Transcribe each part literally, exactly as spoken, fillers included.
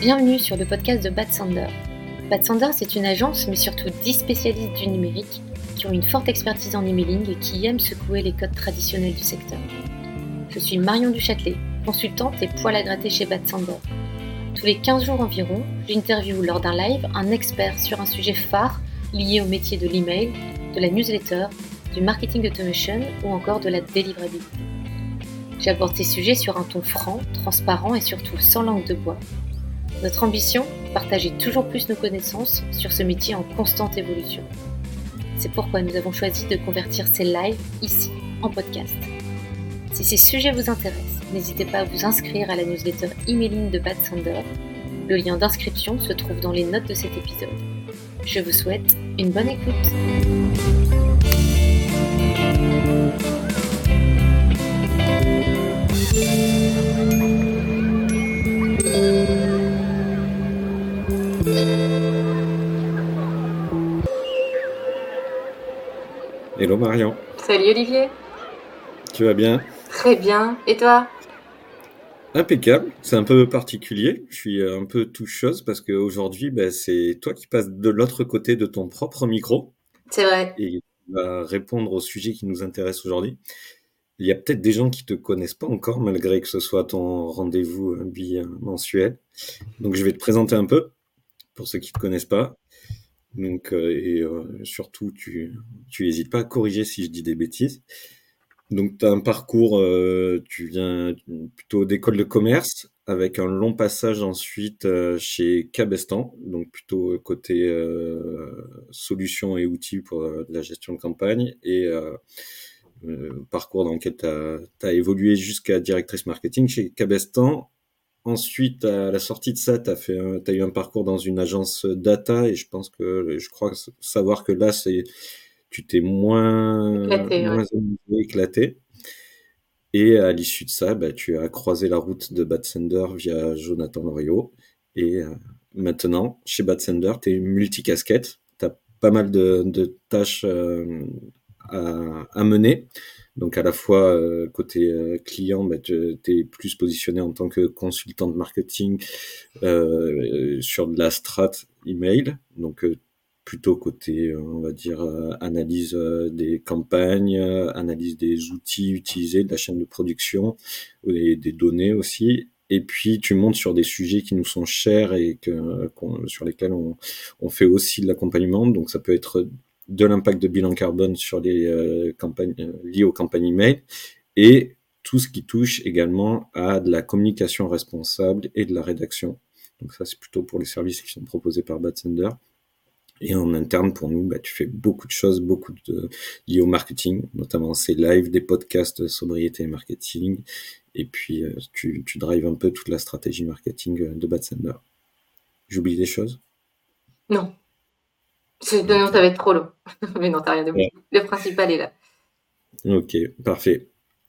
Bienvenue sur le podcast de Bad Sander. Bad Sander, c'est une agence, mais surtout dix spécialistes du numérique qui ont une forte expertise en emailing et qui aiment secouer les codes traditionnels du secteur. Je suis Marion Duchâtelet, consultante et poil à gratter chez Bad Sander. Tous les quinze jours environ, j'interviewe lors d'un live un expert sur un sujet phare lié au métier de l'email, de la newsletter, du marketing automation ou encore de la délivrabilité. J'aborde ces sujets sur un ton franc, transparent et surtout sans langue de bois. Notre ambition, partager toujours plus nos connaissances sur ce métier en constante évolution. C'est pourquoi nous avons choisi de convertir ces lives ici, en podcast. Si ces sujets vous intéressent, n'hésitez pas à vous inscrire à la newsletter emailing de Bad Sander. Le lien d'inscription se trouve dans les notes de cet épisode. Je vous souhaite une bonne écoute. Hello Marion. Salut Olivier. Tu vas bien? Très bien. Et toi? Impeccable. C'est un peu particulier. Je suis un peu toucheuse parce qu'aujourd'hui, bah, c'est toi qui passes de l'autre côté de ton propre micro. C'est vrai. Et qui va répondre au sujet qui nous intéresse aujourd'hui. Il y a peut-être des gens qui te connaissent pas encore, malgré que ce soit ton rendez-vous bi-mensuel. Donc, je vais te présenter un peu pour ceux qui te connaissent pas. Donc, euh, et euh, surtout, tu, tu hésites pas à corriger si je dis des bêtises. Donc, tu as un parcours, euh, tu viens plutôt d'école de commerce, avec un long passage ensuite euh, chez Cabestan, donc plutôt côté euh, solutions et outils pour euh, la gestion de campagne, et euh, euh, parcours dans lequel tu as évolué jusqu'à directrice marketing chez Cabestan. Ensuite, à la sortie de ça, tu as fait un, t'as eu un parcours dans une agence data, et je pense que, je crois savoir que là, c'est tu t'es moins Éclaté, moins ouais. éclaté. Et à l'issue de ça, bah, tu as croisé la route de Bad Sander via Jonathan Loriot. Et euh, maintenant, chez Bad Sander, tu es multicasquette. Tu as pas mal de, de tâches euh, à, à mener. Donc à la fois euh, côté euh, client, bah, tu es plus positionné en tant que consultant de marketing euh, sur de la strat email. Donc euh, plutôt côté, on va dire, euh, analyse euh, des campagnes, euh, analyse des outils utilisés, de la chaîne de production et des données aussi. Et puis, tu montes sur des sujets qui nous sont chers et que, qu'on, sur lesquels on, on fait aussi de l'accompagnement. Donc, ça peut être de l'impact de bilan carbone sur les euh, campagnes euh, liées aux campagnes email et tout ce qui touche également à de la communication responsable et de la rédaction. Donc, ça, c'est plutôt pour les services qui sont proposés par Bad Sander. Et en interne, pour nous, bah, tu fais beaucoup de choses, beaucoup de liées au marketing, notamment ces lives, des podcasts de sobriété et marketing. Et puis, euh, tu, tu drives un peu toute la stratégie marketing de Bad Sander. J'oublie des choses? Non. C'est, non, ça va être trop long. Mais non, t'as rien oublié. Ouais. Le principal est là. Ok, parfait.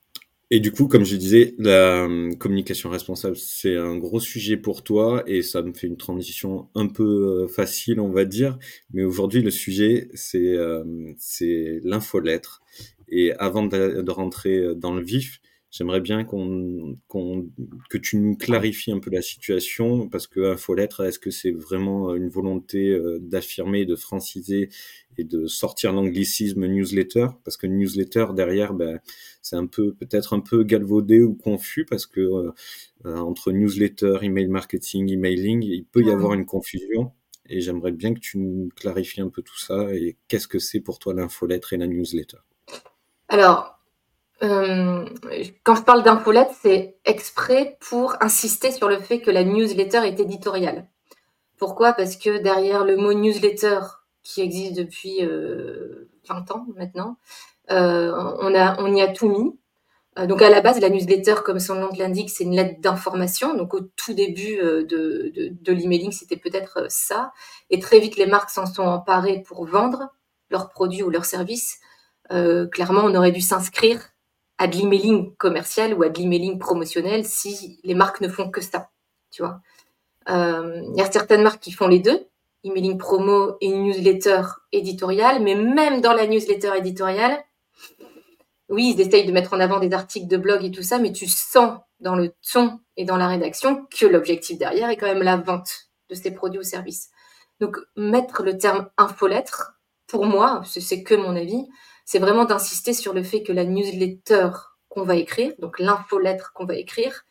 Et du coup, comme je disais, la euh, communication responsable, c'est un gros sujet pour toi et ça me fait une transition un peu euh, facile, on va dire. Mais aujourd'hui, le sujet, c'est euh, c'est l'infolettre. Et avant de, de rentrer dans le vif, j'aimerais bien qu'on, qu'on, que tu nous clarifies un peu la situation parce que infolettre, est-ce que c'est vraiment une volonté euh, d'affirmer, de franciser et de sortir l'anglicisme newsletter? Parce que newsletter, derrière, ben, c'est un peu, peut-être un peu galvaudé ou confus parce que euh, euh, entre newsletter, email marketing, emailing, il peut y avoir une confusion. Et j'aimerais bien que tu nous clarifies un peu tout ça et qu'est-ce que c'est pour toi l'infolettre et la newsletter? Alors, euh, quand je parle d'infolettre, c'est exprès pour insister sur le fait que la newsletter est éditoriale. Pourquoi? Parce que derrière le mot newsletter, qui existe depuis euh, vingt ans maintenant, euh, on, a, on y a tout mis. Euh, donc à la base, la newsletter, comme son nom l'indique, c'est une lettre d'information. Donc au tout début euh, de, de, de l'emailing, c'était peut-être ça. Et très vite, les marques s'en sont emparées pour vendre leurs produits ou leurs services. Euh, clairement, on aurait dû s'inscrire à de l'emailing commercial ou à de l'emailing promotionnel si les marques ne font que ça, tu vois. Euh, il y a certaines marques qui font les deux, emailing promo et newsletter éditoriale, mais même dans la newsletter éditoriale, oui, ils essayent de mettre en avant des articles de blog et tout ça, mais tu sens dans le ton et dans la rédaction que l'objectif derrière est quand même la vente de ces produits ou services. Donc, mettre le terme infolettre, pour moi, c'est que mon avis, c'est vraiment d'insister sur le fait que la newsletter qu'on va écrire, donc l'infolettre qu'on va écrire,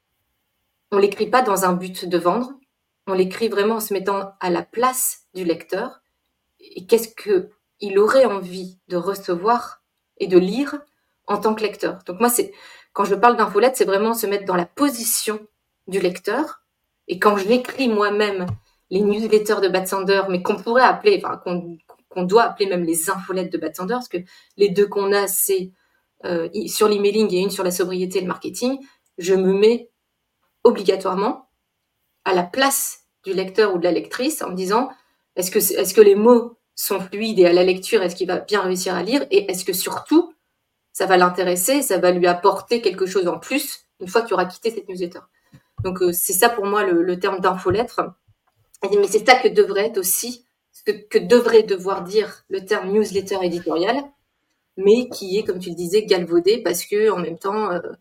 on l'écrit pas dans un but de vendre, on l'écrit vraiment en se mettant à la place du lecteur et qu'est-ce qu'il aurait envie de recevoir et de lire en tant que lecteur. Donc moi, c'est quand je parle d'infolettre, c'est vraiment se mettre dans la position du lecteur. Et quand j'écris moi-même les newsletters de Bad Sander, mais qu'on pourrait appeler, enfin qu'on, qu'on doit appeler même les infolettes de Bad Sander, parce que les deux qu'on a, c'est euh, sur l'emailing et une sur la sobriété et le marketing, je me mets obligatoirement à la place du lecteur ou de la lectrice en me disant est-ce que, est-ce que les mots sont fluides et à la lecture, est-ce qu'il va bien réussir à lire et est-ce que surtout ça va l'intéresser, ça va lui apporter quelque chose en plus une fois qu'il aura quitté cette newsletter. Donc euh, c'est ça pour moi le, le terme d'infolettre. Mais c'est ça que devrait être aussi, que, que devrait devoir dire le terme newsletter éditorial, mais qui est, comme tu le disais, galvaudé parce que en même temps, euh,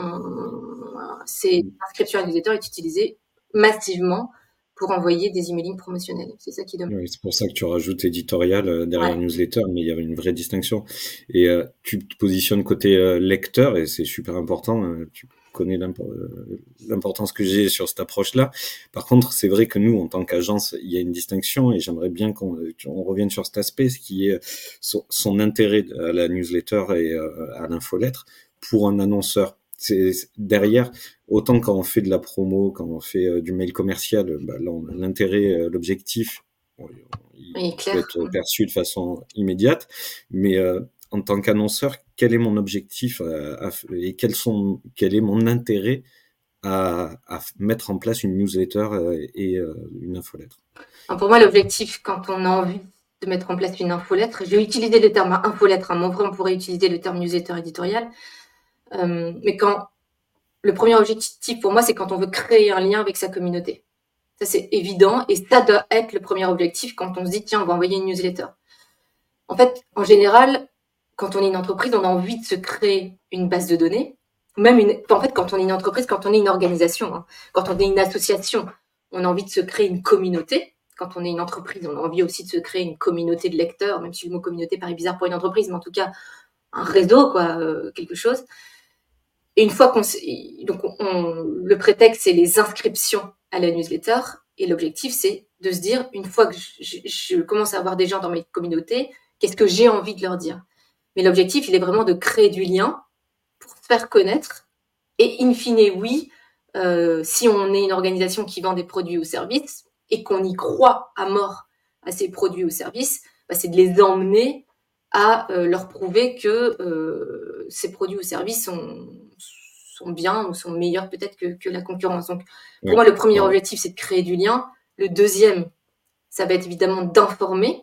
on, c'est l'inscription à newsletter est utilisée massivement pour envoyer des emailing promotionnels. C'est ça qui demande. Oui, c'est pour ça que tu rajoutes éditorial euh, derrière Ouais. newsletter, mais il y avait une vraie distinction. Et euh, tu te positionnes côté euh, lecteur, et c'est super important. Euh, tu connais l'impo- euh, l'importance que j'ai sur cette approche-là. Par contre, c'est vrai que nous, en tant qu'agence, il y a une distinction, et j'aimerais bien qu'on on revienne sur cet aspect, ce qui est son, son intérêt à la newsletter et euh, à l'infolettre pour un annonceur. C'est derrière, autant quand on fait de la promo, quand on fait euh, du mail commercial, bah, là, on a l'intérêt, euh, l'objectif, bon, il Oui, peut clair. être perçu de façon immédiate, mais euh, en tant qu'annonceur, quel est mon objectif euh, à, et quels sont, quel est mon intérêt à, à mettre en place une newsletter euh, et euh, une infolettre? Alors pour moi, l'objectif, quand on a envie de mettre en place une infolettre, je vais utiliser le terme infolettre, hein, mais en vrai, on pourrait utiliser le terme newsletter éditorial. Euh, mais quand le premier objectif pour moi, c'est quand on veut créer un lien avec sa communauté. Ça, c'est évident et ça doit être le premier objectif quand on se dit tiens, on va envoyer une newsletter. En fait, en général, quand on est une entreprise, on a envie de se créer une base de données. Même une, en fait, quand on est une entreprise, quand on est une organisation, hein, quand on est une association, on a envie de se créer une communauté. Quand on est une entreprise, on a envie aussi de se créer une communauté de lecteurs, même si le mot communauté paraît bizarre pour une entreprise, mais en tout cas, un réseau, quoi, euh, quelque chose. Et une fois qu'on, donc on, on, le prétexte, c'est les inscriptions à la newsletter. Et l'objectif, c'est de se dire, une fois que je, je, je commence à avoir des gens dans mes communautés, qu'est-ce que j'ai envie de leur dire? Mais l'objectif, il est vraiment de créer du lien pour se faire connaître. Et in fine, oui, euh, si on est une organisation qui vend des produits ou services et qu'on y croit à mort à ces produits ou services, bah, c'est de les emmener à euh, leur prouver que euh, ces produits ou services sont, sont bien ou sont meilleurs peut-être que, que la concurrence. Donc, pour ouais. moi, le premier ouais. objectif, c'est de créer du lien. Le deuxième, ça va être évidemment d'informer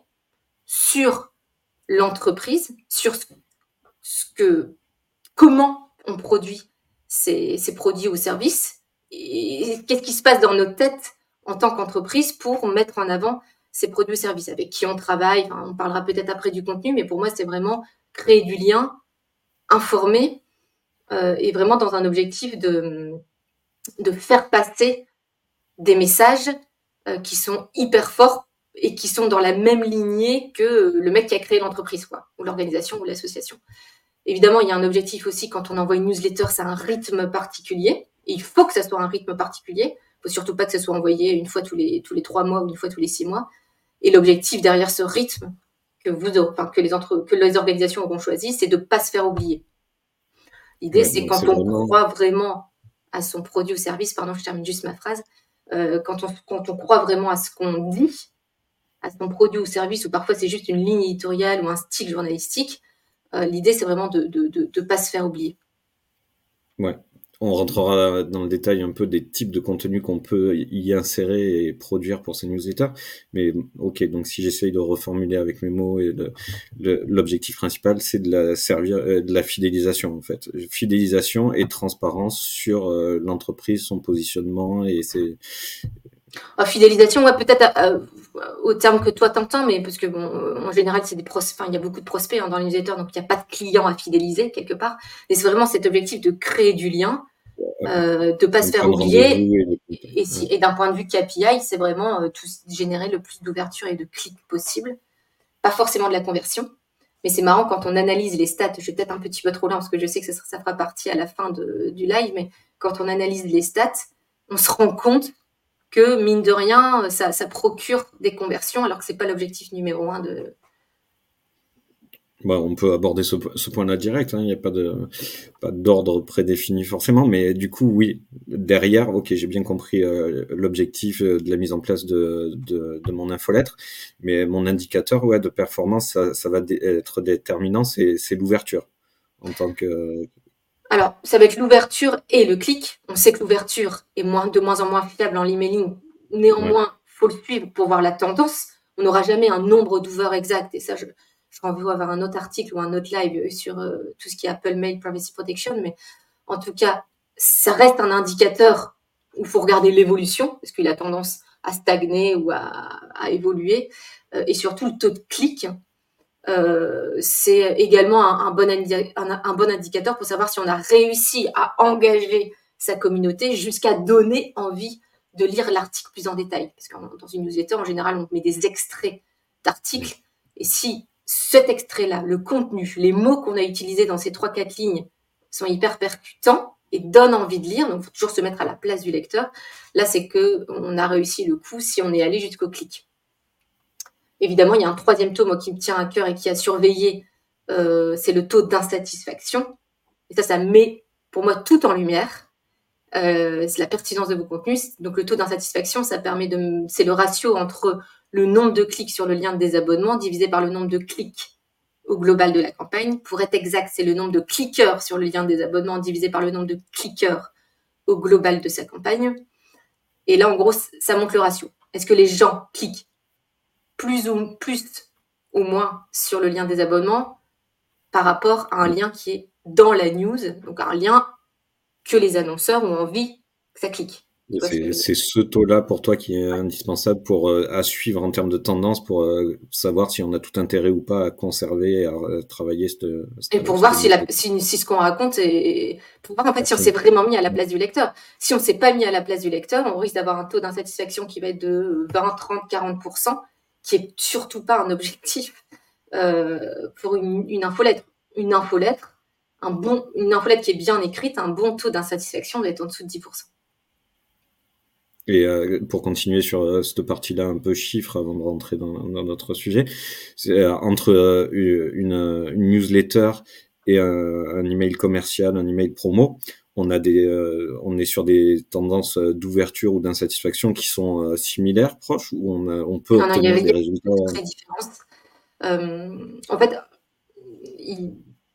sur l'entreprise, sur ce que, comment on produit ces, ces produits ou services et qu'est-ce qui se passe dans notre tête en tant qu'entreprise pour mettre en avant ces produits ou services, avec qui on travaille. Enfin, on parlera peut-être après du contenu, mais pour moi, c'est vraiment créer du lien, informer, euh, et vraiment dans un objectif de, de faire passer des messages euh, qui sont hyper forts et qui sont dans la même lignée que le mec qui a créé l'entreprise, quoi, ou l'organisation ou l'association. Évidemment, il y a un objectif aussi quand on envoie une newsletter, c'est un rythme particulier. Et il faut que ça soit un rythme particulier. Il faut surtout pas que ça soit envoyé une fois tous les, tous les trois mois ou une fois tous les six mois. Et l'objectif derrière ce rythme que, vous, enfin, que, les, entre, que les organisations auront choisi, c'est de ne pas se faire oublier. L'idée, ouais, c'est quand c'est on vraiment... croit vraiment à son produit ou service, pardon, je termine juste ma phrase, euh, quand, on, quand on croit vraiment à ce qu'on dit, à son produit ou service, ou parfois c'est juste une ligne éditoriale ou un style journalistique, euh, l'idée, c'est vraiment de ne de, de, de pas se faire oublier. Ouais. On rentrera dans le détail un peu des types de contenus qu'on peut y insérer et produire pour ces newsletters. Mais ok, donc si j'essaye de reformuler avec mes mots, et le, le, l'objectif principal, c'est de la servir, euh, de la fidélisation en fait, fidélisation et transparence sur euh, l'entreprise, son positionnement et ses. Ah, fidélisation, ouais, peut-être euh, au terme que toi t'entends, mais parce que bon, en général, c'est des prospects, enfin, il y a beaucoup de prospects hein, dans les newsletters, donc il n'y a pas de clients à fidéliser quelque part. Et c'est vraiment cet objectif de créer du lien euh, de pas se faire oublier. Et, et, si, et d'un point de vue K P I, c'est vraiment euh, tout, générer le plus d'ouverture et de clics possible. Pas forcément de la conversion. Mais c'est marrant quand on analyse les stats. Je vais peut-être un petit peu trop loin parce que je sais que ça, ça fera partie à la fin de, du live. Mais quand on analyse les stats, on se rend compte que, mine de rien, ça, ça procure des conversions alors que c'est pas l'objectif numéro un de... Bah, on peut aborder ce, ce point-là direct, il hein, n'y a pas de pas d'ordre prédéfini forcément, mais du coup, oui, derrière, ok, j'ai bien compris euh, l'objectif de la mise en place de, de, de mon infolettre, mais mon indicateur ouais, de performance, ça, ça va dé- être déterminant, c'est, c'est l'ouverture en tant que... Alors, ça va être l'ouverture et le clic. On sait que l'ouverture est moins, de moins en moins fiable en emailing. Néanmoins, il ouais. faut le suivre pour voir la tendance. On n'aura jamais un nombre d'ouverts exact. Et ça, je, je renvoie vers un autre article ou un autre live sur euh, tout ce qui est Apple Mail Privacy Protection. Mais en tout cas, ça reste un indicateur où il faut regarder l'évolution, parce qu'il a tendance à stagner ou à, à évoluer. Euh, et surtout, le taux de clic. Euh, c'est également un, un, bon indi- un, un bon indicateur pour savoir si on a réussi à engager sa communauté jusqu'à donner envie de lire l'article plus en détail. Parce que dans une newsletter, en général, on met des extraits d'articles. Et si cet extrait-là, le contenu, les mots qu'on a utilisés dans ces trois quatre lignes sont hyper percutants et donnent envie de lire, donc il faut toujours se mettre à la place du lecteur, là, c'est qu'on a réussi le coup si on est allé jusqu'au clic. Évidemment, il y a un troisième taux, moi, qui me tient à cœur et qui a surveillé, euh, c'est le taux d'insatisfaction. Et ça, ça met, pour moi, tout en lumière. Euh, c'est la pertinence de vos contenus. Donc, le taux d'insatisfaction, ça permet de, c'est le ratio entre le nombre de clics sur le lien de désabonnement divisé par le nombre de clics au global de la campagne. Pour être exact, c'est le nombre de cliqueurs sur le lien de désabonnement divisé par le nombre de cliqueurs au global de sa campagne. Et là, en gros, ça montre le ratio. Est-ce que les gens cliquent plus ou, plus ou moins sur le lien des abonnements par rapport à un lien qui est dans la news, donc un lien que les annonceurs ont envie que ça clique. C'est, c'est ce taux-là pour toi qui est indispensable pour euh, à suivre en termes de tendance pour euh, savoir si on a tout intérêt ou pas à conserver et à, à travailler cette, cette, et pour voir si, la, si, si ce qu'on raconte est, pour voir en fait si on s'est vraiment mis à la place du lecteur. Si on s'est pas mis à la place du lecteur, on risque d'avoir un taux d'insatisfaction qui va être de vingt, trente, quarante pour cent, qui est surtout pas un objectif euh, pour une, une infolettre. Une infolettre, un bon, une infolettre qui est bien écrite, un bon taux d'insatisfaction va être en dessous de dix pour cent. Et euh, pour continuer sur euh, cette partie-là un peu chiffre avant de rentrer dans, dans notre sujet, c'est euh, entre euh, une, une newsletter et un, un email commercial, un email promo, on a des, euh, on est sur des tendances d'ouverture ou d'insatisfaction qui sont euh, similaires, proches, où on, a, on peut non, obtenir non, des résultats. Très différentes. Euh, en fait, il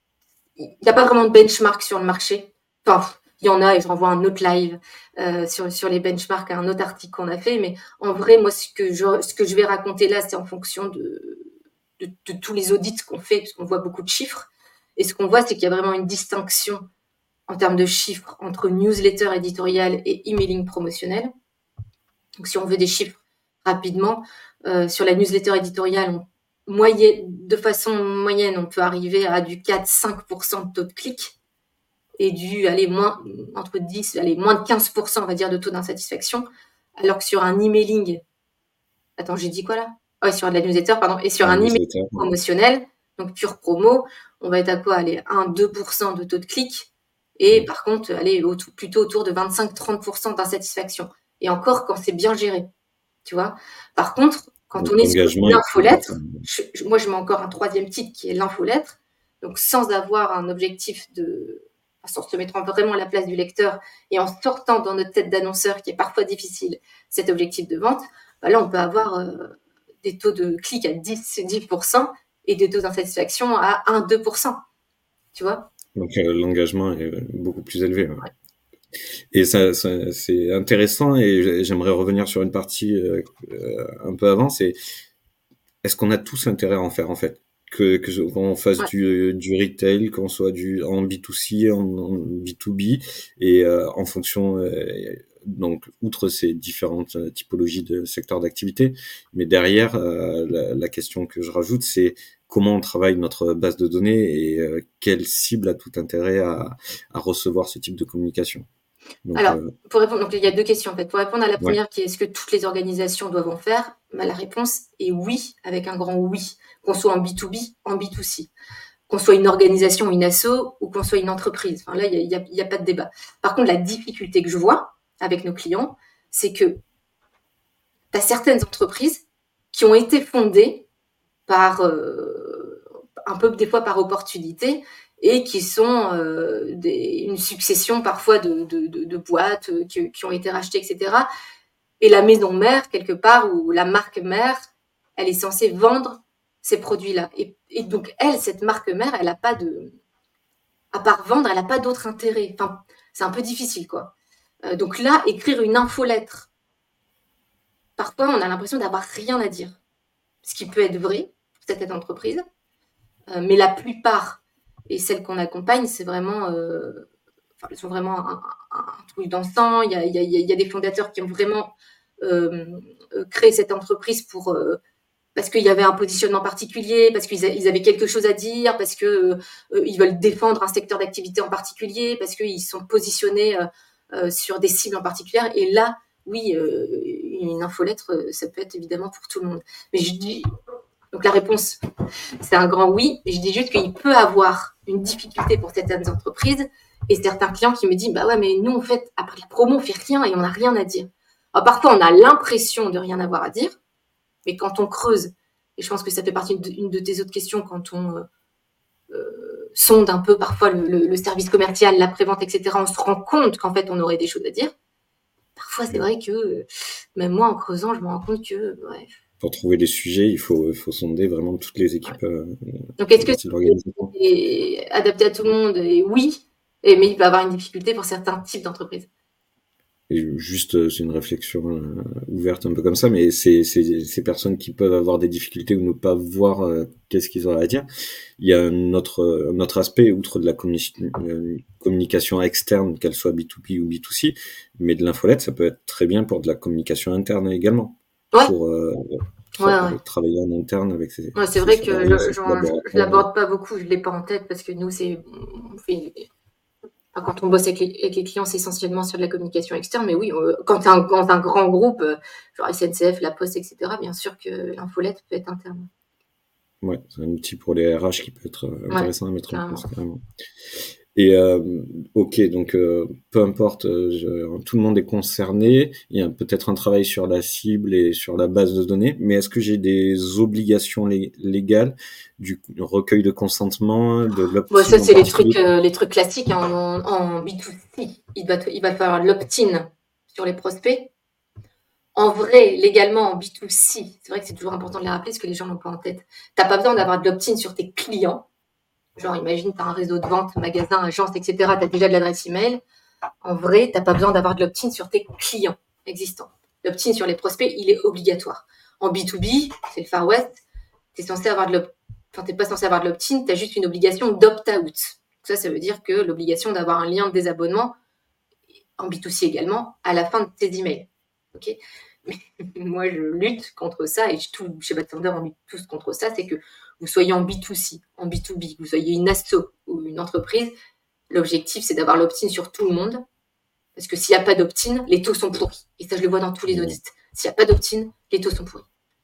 n'y a pas vraiment de benchmark sur le marché. Enfin, il y en a, et je renvoie un autre live euh, sur, sur les benchmarks, un autre article qu'on a fait. Mais en vrai, moi, ce que je, ce que je vais raconter là, c'est en fonction de, de, de tous les audits qu'on fait, parce qu'on voit beaucoup de chiffres. Et ce qu'on voit, c'est qu'il y a vraiment une distinction en termes de chiffres entre newsletter éditorial et emailing promotionnel. Donc, si on veut des chiffres rapidement, euh, sur la newsletter éditoriale, on, moyenne, de façon moyenne, on peut arriver à du quatre à cinq pour cent de taux de clic et du, allez, moins, entre dix, allez, moins de quinze pour cent, on va dire, de taux d'insatisfaction. Alors que sur un emailing, attends, j'ai dit quoi là? Oh, ouais, sur de la newsletter, pardon, et sur un, un emailing promotionnel, donc pure promo, on va être à quoi? Allez, un à deux pour cent de taux de clic. Et par contre, allez, au, plutôt autour de vingt-cinq à trente pour cent d'insatisfaction. Et encore quand c'est bien géré, tu vois. Par contre, quand donc, on est sur l'infolettre, je, je, moi je mets encore un troisième titre qui est l'infolettre. Donc sans avoir un objectif de, sans se mettre vraiment à la place du lecteur et en sortant dans notre tête d'annonceur qui est parfois difficile, cet objectif de vente, bah là on peut avoir euh, des taux de clic à dix pour cent et des taux d'insatisfaction à un à deux pour cent, tu vois. Donc euh, l'engagement est beaucoup plus élevé. Ouais. Ouais. Et ça, ça, c'est intéressant et j'aimerais revenir sur une partie euh, un peu avant, c'est est-ce qu'on a tous intérêt à en faire en fait, que que qu'on fasse ouais. du du retail, qu'on soit du en B deux C, en, en B deux B et euh, en fonction euh, donc outre ces différentes typologies de secteurs d'activité, mais derrière euh, la, la question que je rajoute c'est comment on travaille notre base de données et euh, quelle cible a tout intérêt à, à recevoir ce type de communication. Donc, Alors, euh, pour répondre, donc il y a deux questions en fait. Pour répondre à la ouais. première, qui est est-ce que toutes les organisations doivent en faire, bah, la réponse est oui, avec un grand oui, qu'on soit en B deux B, en B deux C, qu'on soit une organisation ou une asso, ou qu'on soit une entreprise. Enfin, là, il n'y a, y a- y a pas de débat. Par contre, la difficulté que je vois avec nos clients, c'est que tu as certaines entreprises qui ont été fondées par euh, un peu des fois par opportunité et qui sont euh, des, une succession parfois de, de, de, de boîtes euh, qui, qui ont été rachetées, et cetera. Et la maison mère, quelque part, ou la marque mère, elle est censée vendre ces produits-là. Et, et donc, elle, cette marque mère, elle n'a pas de... À part vendre, elle n'a pas d'autre intérêt. Enfin, c'est un peu difficile, quoi. Euh, donc là, écrire une infolettre, parfois, on a l'impression d'avoir rien à dire. Ce qui peut être vrai pour cette entreprise, euh, mais la plupart, et celles qu'on accompagne, c'est vraiment... Euh, enfin, elles sont vraiment un, un, un truc d'encens. Il y a, il y, a, il y a des fondateurs qui ont vraiment euh, créé cette entreprise pour... Euh, parce qu'il y avait un positionnement particulier, parce qu'ils a, ils avaient quelque chose à dire, parce qu'ils euh, ils veulent défendre un secteur d'activité en particulier, parce qu'ils sont positionnés euh, euh, sur des cibles en particulier. Et là, oui, euh, une infolettre, ça peut être évidemment pour tout le monde. Mais je dis, donc la réponse, c'est un grand oui, mais je dis juste qu'il peut avoir une difficulté pour certaines entreprises et certains clients qui me disent, bah ouais, mais nous, en fait, après la promo, on fait rien et on n'a rien à dire. Alors, parfois, on a l'impression de rien avoir à dire, mais quand on creuse, et je pense que ça fait partie d'une de tes autres questions, quand on euh, euh, sonde un peu parfois le, le, le service commercial, la prévente, et cetera, on se rend compte qu'en fait, on aurait des choses à dire. Parfois, c'est vrai que, même moi, en creusant, je me rends compte que, bref. Pour trouver des sujets, il faut, il faut sonder vraiment toutes les équipes. Ouais. Euh, Donc, est-ce que c'est adapté à tout le monde? Et oui, et, mais il peut y avoir une difficulté pour certains types d'entreprises. Et juste, c'est une réflexion euh, ouverte un peu comme ça, mais c'est ces personnes qui peuvent avoir des difficultés ou ne pas voir euh, qu'est-ce qu'ils auraient à dire. Il y a un autre, un autre aspect, outre de la communi euh, communication externe, qu'elle soit B deux B ou B deux C, mais de l'infolette, ça peut être très bien pour de la communication interne également. Ouais. Pour, euh, pour ouais, ouais. travailler en interne avec ces... Ouais, c'est vrai que je, je l'aborde pas beaucoup, je l'ai pas en tête, parce que nous, c'est... Enfin, quand on bosse avec les, avec les clients, c'est essentiellement sur de la communication externe, mais oui, euh, quand tu es un, un grand groupe, euh, genre S N C F, La Poste, et cetera, bien sûr que l'infolette peut être interne. Ouais, c'est un outil pour les R H qui peut être intéressant ouais, à mettre carrément. en place, carrément. Et euh, ok, donc euh, peu importe, euh, je, tout le monde est concerné. Il y a peut-être un travail sur la cible et sur la base de données, mais est-ce que j'ai des obligations lég légales du recueil de consentement, de l'opt-in? Bon, ça c'est les trucs, euh, les trucs classiques hein, en, en B deux C. Il va, il va falloir l'opt-in sur les prospects. En vrai, légalement en B deux C, c'est vrai que c'est toujours important de les rappeler parce que les gens n'ont pas en tête. T'as pas besoin d'avoir de l'opt-in sur tes clients. Genre, imagine, tu as un réseau de vente, magasin, agence, et cetera. Tu as déjà de l'adresse email. En vrai, tu n'as pas besoin d'avoir de l'opt-in sur tes clients existants. L'opt-in sur les prospects, il est obligatoire. En B deux B, c'est le Far West, tu es censé avoir de l'opt-in. Enfin, tu n'es pas censé avoir de l'opt-in, tu as juste une obligation d'opt-out. Ça, ça veut dire que l'obligation d'avoir un lien de désabonnement, en B deux C également, à la fin de tes emails. Ok ? Mais moi, je lutte contre ça et je, tout, chez Bad Sander, on lutte tous contre ça, c'est que vous soyez en B deux C, en B deux B, vous soyez une asso ou une entreprise, l'objectif, c'est d'avoir l'opt-in sur tout le monde. Parce que s'il n'y a pas d'opt-in, les taux sont pourris. Et ça, je le vois dans tous les audits. S'il n'y a pas d'opt-in, les taux sont pourris.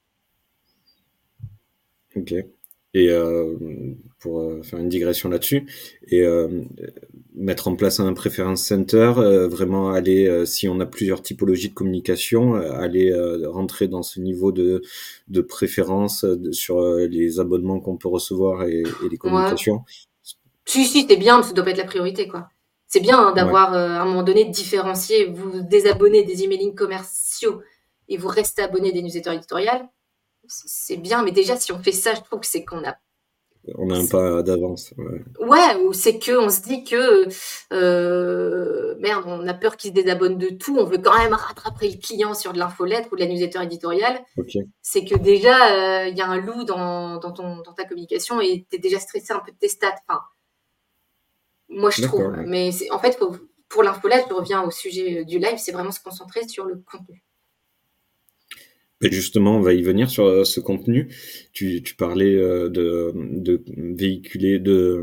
Ok. Et euh, pour euh, faire une digression là-dessus, et euh, mettre en place un preference center, euh, vraiment aller, euh, si on a plusieurs typologies de communication, euh, aller euh, rentrer dans ce niveau de, de préférence de, sur euh, les abonnements qu'on peut recevoir et, et les communications. Ouais. Si, si, c'est bien, mais ça doit pas être la priorité, quoi. C'est bien hein, d'avoir, ouais. euh, à un moment donné, différencié, vous désabonnez des emailing commerciaux et vous restez abonné des newsletters éditoriales. C'est bien, mais déjà, si on fait ça, je trouve que c'est qu'on a... On a un pas d'avance. Ouais, ouais ou c'est qu'on se dit que, euh, merde, on a peur qu'il se désabonne de tout, on veut quand même rattraper le client sur de l'infolettre ou de la newsletter éditoriale. Okay. C'est que déjà, il euh, y a un loup dans, dans, ton, dans ta communication et tu es déjà stressé un peu de tes stats. Enfin, moi, je trouve. Ouais. Mais en fait, faut, pour l'infolettre, je reviens au sujet du live, c'est vraiment se concentrer sur le contenu. Et justement, on va y venir sur euh, ce contenu. Tu, tu parlais euh, de, de véhiculer, de,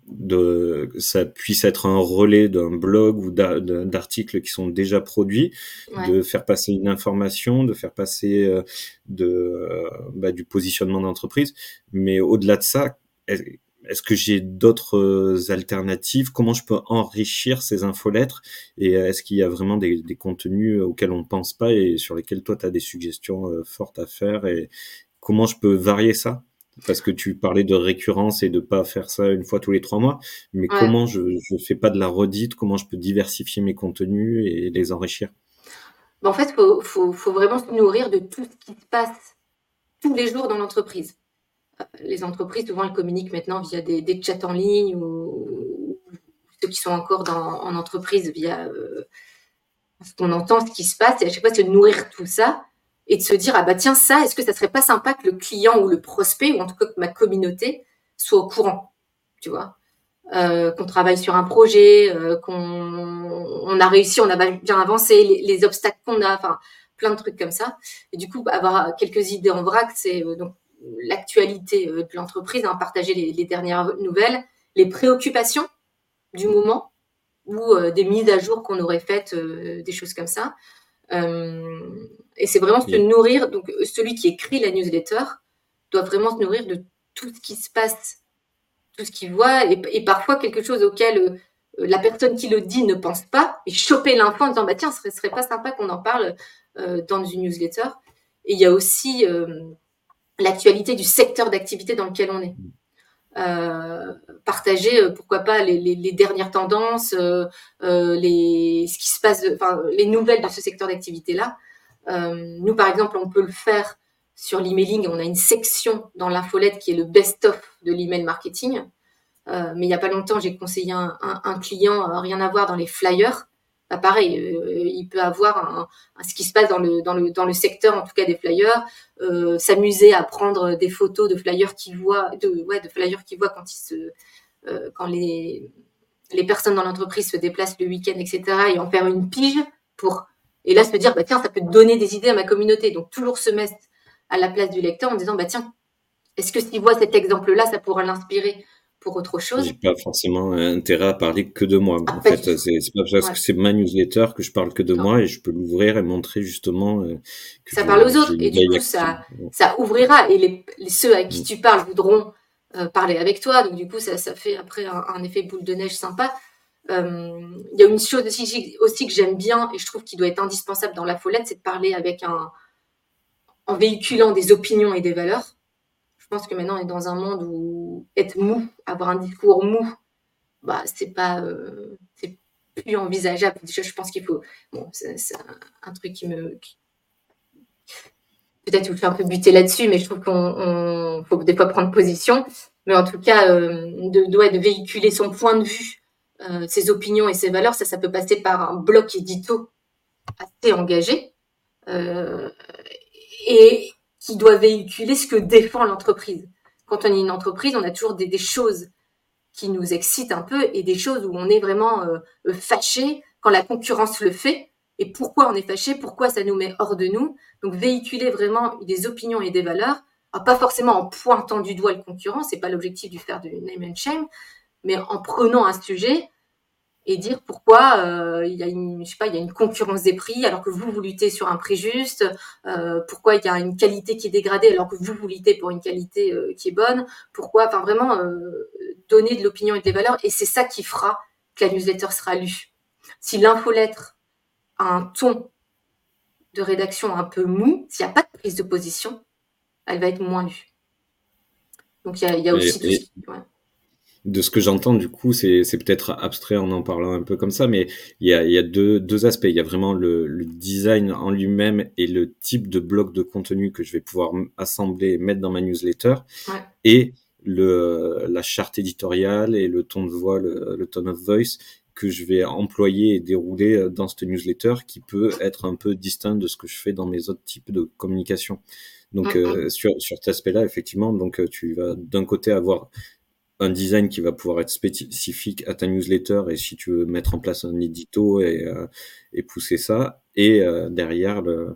de ça puisse être un relais d'un blog ou d'a- d'articles qui sont déjà produits, Ouais. de faire passer une information, de faire passer euh, de, euh, bah, du positionnement d'entreprise. Mais au-delà de ça, est- est-ce que j'ai d'autres euh, alternatives? Comment je peux enrichir ces infolettres? Et euh, est-ce qu'il y a vraiment des, des contenus auxquels on ne pense pas et sur lesquels toi, tu as des suggestions euh, fortes à faire? Et comment je peux varier ça? Parce que tu parlais de récurrence et de pas faire ça une fois tous les trois mois, mais Ouais. comment je ne fais pas de la redite? Comment je peux diversifier mes contenus et les enrichir? Ben, en fait, il faut, faut, faut vraiment se nourrir de tout ce qui se passe tous les jours dans l'entreprise. Les entreprises, souvent, elles communiquent maintenant via des, des chats en ligne ou, ou ceux qui sont encore dans, en entreprise via euh, ce qu'on entend, ce qui se passe, et à chaque fois se nourrir tout ça et de se dire ah bah tiens ça, est-ce que ça serait pas sympa que le client ou le prospect ou en tout cas que ma communauté soit au courant, tu vois, euh, qu'on travaille sur un projet, euh, qu'on on a réussi, on a bien avancé, les, les obstacles qu'on a, enfin plein de trucs comme ça. Et du coup avoir quelques idées en vrac, c'est euh, donc l'actualité euh, de l'entreprise, hein, partager les, les dernières nouvelles, les préoccupations du moment ou euh, des mises à jour qu'on aurait faites, euh, des choses comme ça. Euh, et c'est vraiment se Et, nourrir. Donc, celui qui écrit la newsletter doit vraiment se nourrir de tout ce qui se passe, tout ce qu'il voit, et, et parfois quelque chose auquel euh, la personne qui le dit ne pense pas, et choper l'info en disant bah tiens, ce serait, serait pas sympa qu'on en parle euh, dans une newsletter. Et il y a aussi euh, l'actualité du secteur d'activité dans lequel on est. Euh, partager euh, pourquoi pas les, les, les dernières tendances, euh, euh, les ce qui se passe, enfin les nouvelles de ce secteur d'activité là. Euh, nous par exemple, on peut le faire sur l'emailing. On a une section dans l'infolette qui est le best-of de l'email marketing. Euh, mais il y a pas longtemps, j'ai conseillé un, un, un client, euh, rien à voir dans les flyers. Bah, pareil, euh, il peut avoir un, un, ce qui se passe dans le, dans, le, dans le secteur, en tout cas des flyers, euh, s'amuser à prendre des photos de flyers qu'il voit, de, ouais, de flyers qu'il voit quand, il se, euh, quand les, les personnes dans l'entreprise se déplacent le week-end, et cetera, et en faire une pige pour, et là se dire, bah, tiens, ça peut donner des idées à ma communauté. Donc toujours se mettre à la place du lecteur en disant, bah, tiens, est-ce que s'il voit cet exemple-là, ça pourra l'inspirer pour autre chose? j'ai pas forcément intérêt à parler que de moi. Ah, En pas du fait, tout. c'est c'est pas parce Ouais. que c'est ma newsletter que je parle que de Non. moi et je peux l'ouvrir et montrer justement euh, que Ça parle aux je- j'ai autres une et du veille coup active. ça, ça ouvrira et les, les- ceux à qui Mm. tu parles voudront euh, parler avec toi, donc du coup ça, ça fait après un, un effet boule de neige sympa. Euh, Il y a une chose aussi, aussi que j'aime bien et je trouve qu'il doit être indispensable dans la folette, c'est de parler avec un, en véhiculant des opinions et des valeurs. Je pense que maintenant on est dans un monde où être mou, avoir un discours mou, bah c'est pas, euh, c'est plus envisageable. Déjà je pense qu'il faut, bon c'est, c'est un, un truc qui me, qui, peut-être vous fais un peu buter là-dessus, mais je trouve qu'on on, faut des fois prendre position. Mais en tout cas, euh, de, de, de véhiculer son point de vue, euh, ses opinions et ses valeurs, ça, ça peut passer par un bloc édito assez engagé euh, et qui doit véhiculer ce que défend l'entreprise. Quand on est une entreprise, on a toujours des, des choses qui nous excitent un peu et des choses où on est vraiment euh, fâché quand la concurrence le fait. Et pourquoi on est fâché, pourquoi ça nous met hors de nous. Donc véhiculer vraiment des opinions et des valeurs, alors pas forcément en pointant du doigt le concurrent, c'est pas l'objectif du faire du name and shame, mais en prenant un sujet et dire pourquoi euh, il y a une, je sais pas, il y a une concurrence des prix alors que vous vous luttez sur un prix juste, euh, pourquoi il y a une qualité qui est dégradée alors que vous vous luttez pour une qualité euh, qui est bonne, pourquoi, enfin vraiment euh, donner de l'opinion et des valeurs et c'est ça qui fera que la newsletter sera lue. Si l'infolettre a un ton de rédaction un peu mou, s'il n'y a pas de prise de position, elle va être moins lue. Donc il y a, il y a aussi tout Et, ce et qui, ouais. de ce que j'entends, du coup, c'est c'est peut-être abstrait en en parlant un peu comme ça, mais il y a, il y a deux, deux aspects. Il y a vraiment le, le design en lui-même et le type de bloc de contenu que je vais pouvoir assembler et mettre dans ma newsletter, Ouais. et le, la charte éditoriale et le ton de voix, le, le tone of voice que je vais employer et dérouler dans cette newsletter qui peut être un peu distinct de ce que je fais dans mes autres types de communication. Donc, Mm-hmm. euh, sur, sur cet aspect-là, effectivement, donc tu vas d'un côté avoir un design qui va pouvoir être spécifique à ta newsletter et si tu veux mettre en place un édito et, euh, et pousser ça, et euh, derrière le,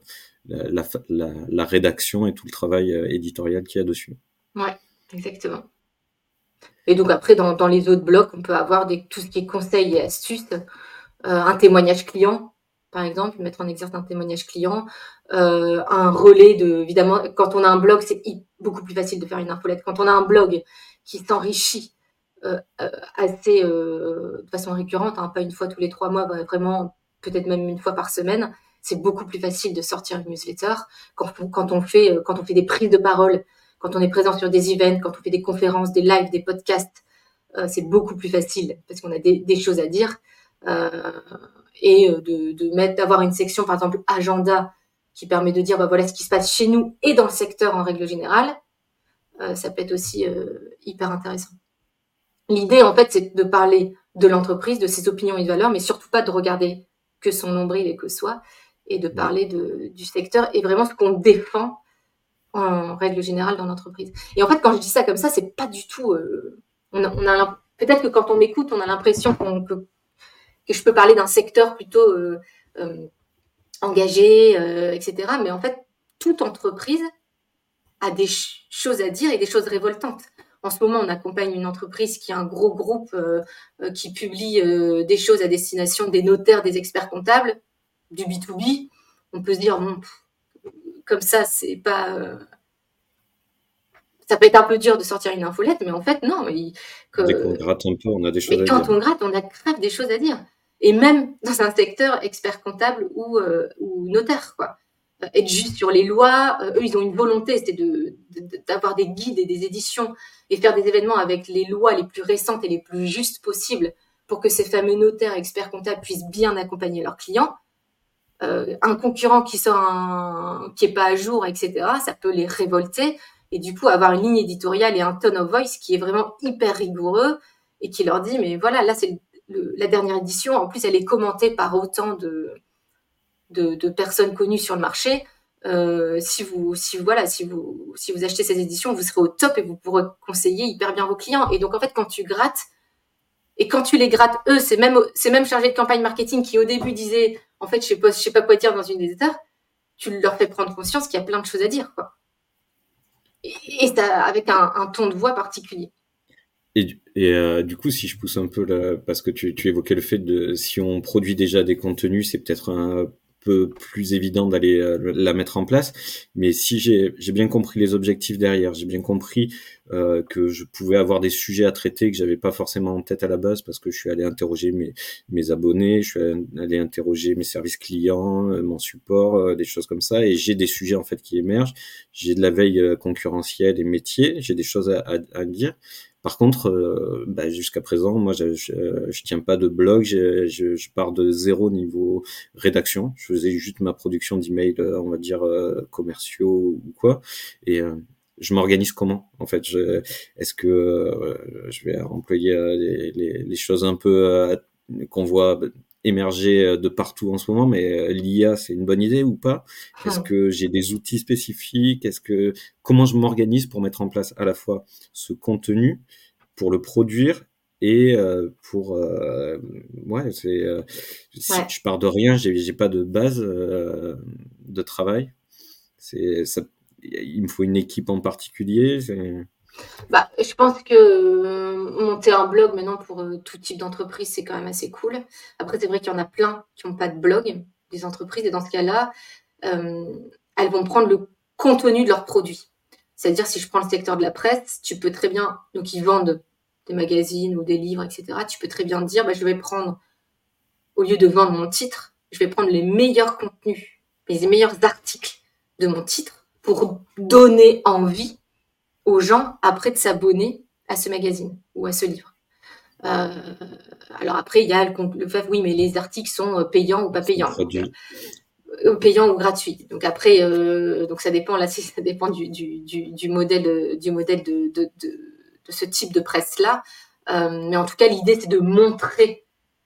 la, la, la, la rédaction et tout le travail éditorial qu'il y a dessus. Ouais, exactement. Et donc après, dans, dans les autres blocs, on peut avoir des, tout ce qui est conseils et astuces, euh, un témoignage client, par exemple, mettre en exergue un témoignage client, euh, un relais de, évidemment, quand on a un blog, c'est beaucoup plus facile de faire une infolette. Quand on a un blog qui s'enrichit euh, euh, assez euh, de façon récurrente, hein, pas une fois tous les trois mois, vraiment peut-être même une fois par semaine, c'est beaucoup plus facile de sortir une newsletter. Quand, quand on fait, quand on fait des prises de parole, quand on est présent sur des events, quand on fait des conférences, des lives, des podcasts, euh, c'est beaucoup plus facile parce qu'on a des, des choses à dire. Euh, et de, de mettre, d'avoir une section, par exemple, agenda, qui permet de dire, bah voilà ce qui se passe chez nous et dans le secteur en règle générale, euh, ça peut être aussi euh, hyper intéressant. L'idée, en fait, c'est de parler de l'entreprise, de ses opinions et de valeurs, mais surtout pas de regarder que son nombril et que soi, et de parler de, du secteur et vraiment ce qu'on défend en règle générale dans l'entreprise. Et en fait, quand je dis ça comme ça, c'est pas du tout... Euh, on a, on a, peut-être que quand on m'écoute, on a l'impression qu'on peut, que je peux parler d'un secteur plutôt euh, euh, engagé, euh, et cetera. Mais en fait, toute entreprise a des ch- choses à dire et des choses révoltantes. En ce moment, on accompagne une entreprise qui a un gros groupe euh, euh, qui publie euh, des choses à destination des notaires, des experts comptables, du B deux B. On peut se dire, bon, pff, comme ça, c'est pas... Euh, ça peut être un peu dur de sortir une infolette, mais en fait, non. Il, que... Dès qu'on gratte un peu, on a des choses et à quand dire. on gratte, on a grave des choses à dire. Et même dans un secteur expert comptable ou, euh, ou notaire, quoi. Euh, être juste sur les lois, euh, eux, ils ont une volonté, c'est de, de, d'avoir des guides et des éditions et faire des événements avec les lois les plus récentes et les plus justes possibles pour que ces fameux notaires experts comptables puissent bien accompagner leurs clients. Euh, un concurrent qui sort un, qui est pas à jour, et cetera, ça peut les révolter. Et du coup, avoir une ligne éditoriale et un tone of voice qui est vraiment hyper rigoureux et qui leur dit, mais voilà, là, c'est le, la dernière édition. En plus, elle est commentée par autant de, de, de personnes connues sur le marché. Euh, si vous, si voilà, si vous, si vous achetez cette édition, vous serez au top et vous pourrez conseiller hyper bien vos clients. Et donc, en fait, quand tu grattes, et quand tu les grattes, eux, c'est même, c'est même chargé de campagne marketing qui, au début, disait, en fait, je sais pas, je sais pas quoi dire dans une newsletter. Tu leur fais prendre conscience qu'il y a plein de choses à dire, quoi. Et ça, avec un, un ton de voix particulier. Et, et euh, du coup, si je pousse un peu là, parce que tu, tu évoquais le fait de si on produit déjà des contenus, c'est peut-être un peu plus évident d'aller euh, la mettre en place. Mais si j'ai, j'ai bien compris les objectifs derrière, j'ai bien compris euh, que je pouvais avoir des sujets à traiter que j'avais pas forcément en tête à la base parce que je suis allé interroger mes, mes abonnés, je suis allé interroger mes services clients, euh, mon support, euh, des choses comme ça. Et j'ai des sujets en fait qui émergent. J'ai de la veille euh, concurrentielle et métier. J'ai des choses à, à, à dire. Par contre, euh, bah, jusqu'à présent, moi, je, je, je tiens pas de blog, je, je, je pars de zéro niveau rédaction. Je faisais juste ma production d'emails, on va dire euh, commerciaux ou quoi. Et euh, je m'organise comment, en fait je, Est-ce que euh, je vais employer euh, les, les, les choses un peu euh, qu'on voit émerger de partout en ce moment, mais l'I A, c'est une bonne idée ou pas? Est-ce que j'ai des outils spécifiques? Est-ce que comment je m'organise pour mettre en place à la fois ce contenu, pour le produire et euh, pour euh, ouais, c'est euh, si ouais. je pars de rien, j'ai j'ai pas de base euh, de travail. C'est ça, il me faut une équipe en particulier. C'est... Bah, je pense que euh, monter un blog maintenant pour euh, tout type d'entreprise, c'est quand même assez cool. Après, c'est vrai qu'il y en a plein qui n'ont pas de blog, des entreprises, et dans ce cas-là, euh, elles vont prendre le contenu de leurs produits. C'est-à-dire, si je prends le secteur de la presse, tu peux très bien, donc ils vendent des magazines ou des livres, et cetera. Tu peux très bien dire, bah, je vais prendre, au lieu de vendre mon titre, je vais prendre les meilleurs contenus, les meilleurs articles de mon titre pour donner envie aux gens après de s'abonner à ce magazine ou à ce livre. Euh, alors après, il y a le, le fait, oui, mais les articles sont payants ou pas payants. Donc, euh, payants ou gratuits. Donc après, euh, donc ça dépend là, ça dépend du, du, du, du modèle, du modèle de, de, de, de ce type de presse-là. Euh, mais en tout cas, l'idée, c'est de montrer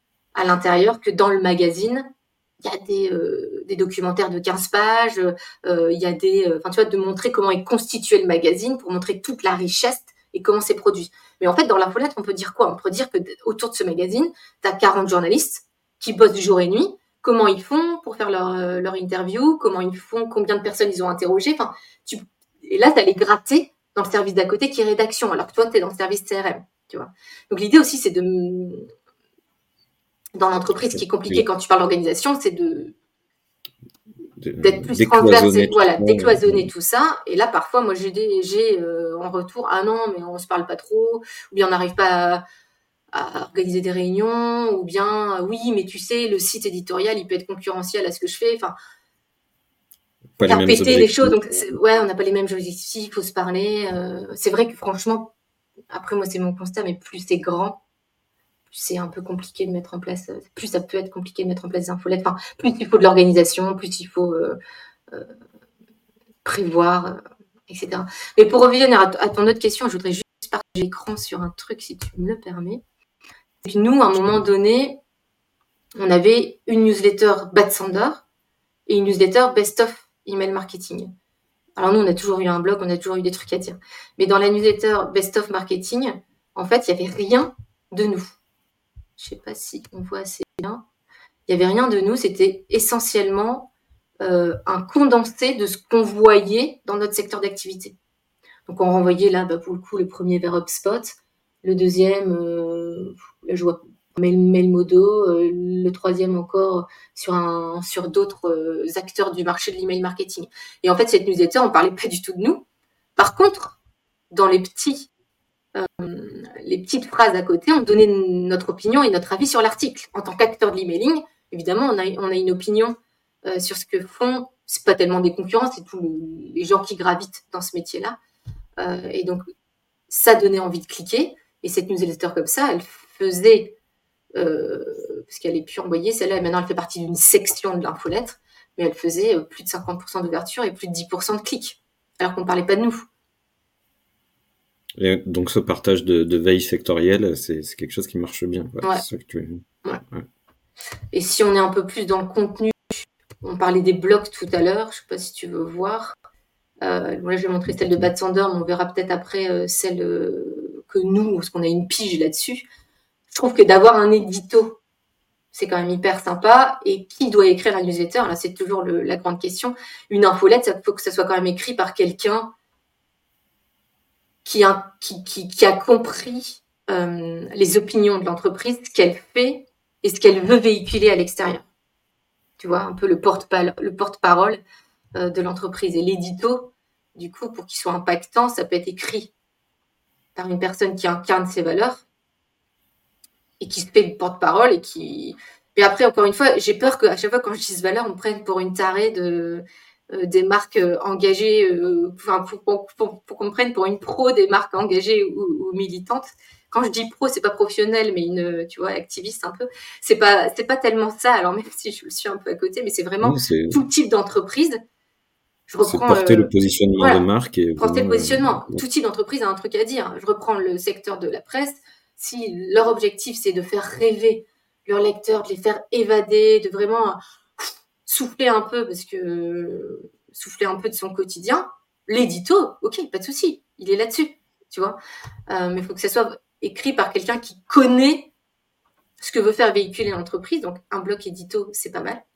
à l'intérieur que dans le magazine, il y a des, euh, des documentaires de quinze pages, euh, il y a des, enfin euh, tu vois, de montrer comment est constitué le magazine pour montrer toute la richesse et comment c'est produit. Mais en fait, dans l'infolettre, on peut dire quoi? On peut dire que autour de ce magazine, tu as quarante journalistes qui bossent jour et nuit comment ils font pour faire leur, euh, leur interview, comment ils font, combien de personnes ils ont interrogé. Enfin, tu, et là, tu allais gratter dans le service d'à côté qui est rédaction, alors que toi, tu es dans le service C R M. Tu vois. Donc, l'idée aussi, c'est de... Dans l'entreprise, ce qui est compliqué quand tu parles d'organisation, c'est de... d'être plus transverse, voilà, décloisonner tout ça. Et là, parfois, moi, j'ai, des, j'ai euh, en retour, ah non, mais on se parle pas trop, ou bien on n'arrive pas à, à organiser des réunions, ou bien, oui, mais tu sais, le site éditorial, il peut être concurrentiel à ce que je fais. Enfin, pas faire les péter les choses. Donc, c'est, ouais, on n'a pas les mêmes objectifs, il faut se parler. Euh, c'est vrai que franchement, après, moi, c'est mon constat, mais plus c'est grand, c'est un peu compliqué de mettre en place, plus ça peut être compliqué de mettre en place des infolettes, enfin, plus il faut de l'organisation, plus il faut euh, euh, prévoir, euh, et cetera. Mais pour revenir à, à ton autre question, je voudrais juste partager l'écran sur un truc, si tu me le permets. Et puis nous, à un moment donné, on avait une newsletter Bad Sander et une newsletter Best of Email Marketing. Alors nous, on a toujours eu un blog, on a toujours eu des trucs à dire. Mais dans la newsletter Best of Marketing, en fait, il n'y avait rien de nous. Je sais pas si on voit assez bien. Il n'y avait rien de nous, c'était essentiellement euh, un condensé de ce qu'on voyait dans notre secteur d'activité. Donc on renvoyait là, bah, pour le coup, le premier vers HubSpot, le deuxième, euh, là je vois Mail, Mailmodo, euh, le troisième encore sur, un, sur d'autres euh, acteurs du marché de l'email marketing. Et en fait, cette newsletter, on ne parlait pas du tout de nous. Par contre, dans les petits Euh, les petites phrases à côté, on donnait notre opinion et notre avis sur l'article. En tant qu'acteur de l'emailing, évidemment, on a, on a une opinion euh, sur ce que font, c'est pas tellement des concurrents, c'est tous les gens qui gravitent dans ce métier-là. Euh, et donc, ça donnait envie de cliquer. Et cette newsletter comme ça, elle faisait, euh, parce qu'elle est plus envoyée, celle-là, maintenant, elle fait partie d'une section de l'infolettre, mais elle faisait plus de cinquante pour cent d'ouverture et plus de dix pour cent de clics, alors qu'on ne parlait pas de nous. Et donc ce partage de, de veille sectorielle, c'est, c'est quelque chose qui marche bien. Quoi. Ouais. C'est ça que tu... ouais. Ouais. Et si on est un peu plus dans le contenu, on parlait des blogs tout à l'heure, je ne sais pas si tu veux voir. Euh, bon là, je vais montrer celle de Bad Sander, mais on verra peut-être après euh, celle euh, que nous, parce qu'on a une pige là-dessus. Je trouve que d'avoir un édito, c'est quand même hyper sympa. Et qui doit écrire la newsletter ? Là, c'est toujours le, la grande question. Une infolette, il faut que ça soit quand même écrit par quelqu'un Qui a, qui, qui, qui a compris euh, les opinions de l'entreprise, ce qu'elle fait et ce qu'elle veut véhiculer à l'extérieur. Tu vois, un peu le porte-parole, le porte-parole euh, de l'entreprise. Et l'édito, du coup, pour qu'il soit impactant, ça peut être écrit par une personne qui incarne ses valeurs et qui se fait le porte-parole et qui... Mais après, encore une fois, j'ai peur qu'à chaque fois, quand je dis valeur, on me prenne pour une tarée de... Euh, des marques euh, engagées, euh, enfin, pour, pour, pour, pour qu'on me prenne pour une pro des marques engagées ou, ou militantes. Quand je dis pro, c'est pas professionnel, mais une, tu vois, activiste un peu. C'est pas, c'est pas tellement ça. Alors même si je le suis un peu à côté, mais c'est vraiment oui, c'est... tout type d'entreprise. Je reprends. C'est porter euh, le positionnement voilà, de marque et porter le positionnement. Euh, tout type d'entreprise a un truc à dire. Je reprends le secteur de la presse. Si leur objectif c'est de faire rêver leurs lecteurs, de les faire évader, de vraiment souffler un peu, parce que souffler un peu de son quotidien, l'édito, ok, pas de souci, il est là-dessus, tu vois. Euh, mais il faut que ça soit écrit par quelqu'un qui connaît ce que veut faire véhiculer l'entreprise. Donc, un bloc édito, c'est pas mal.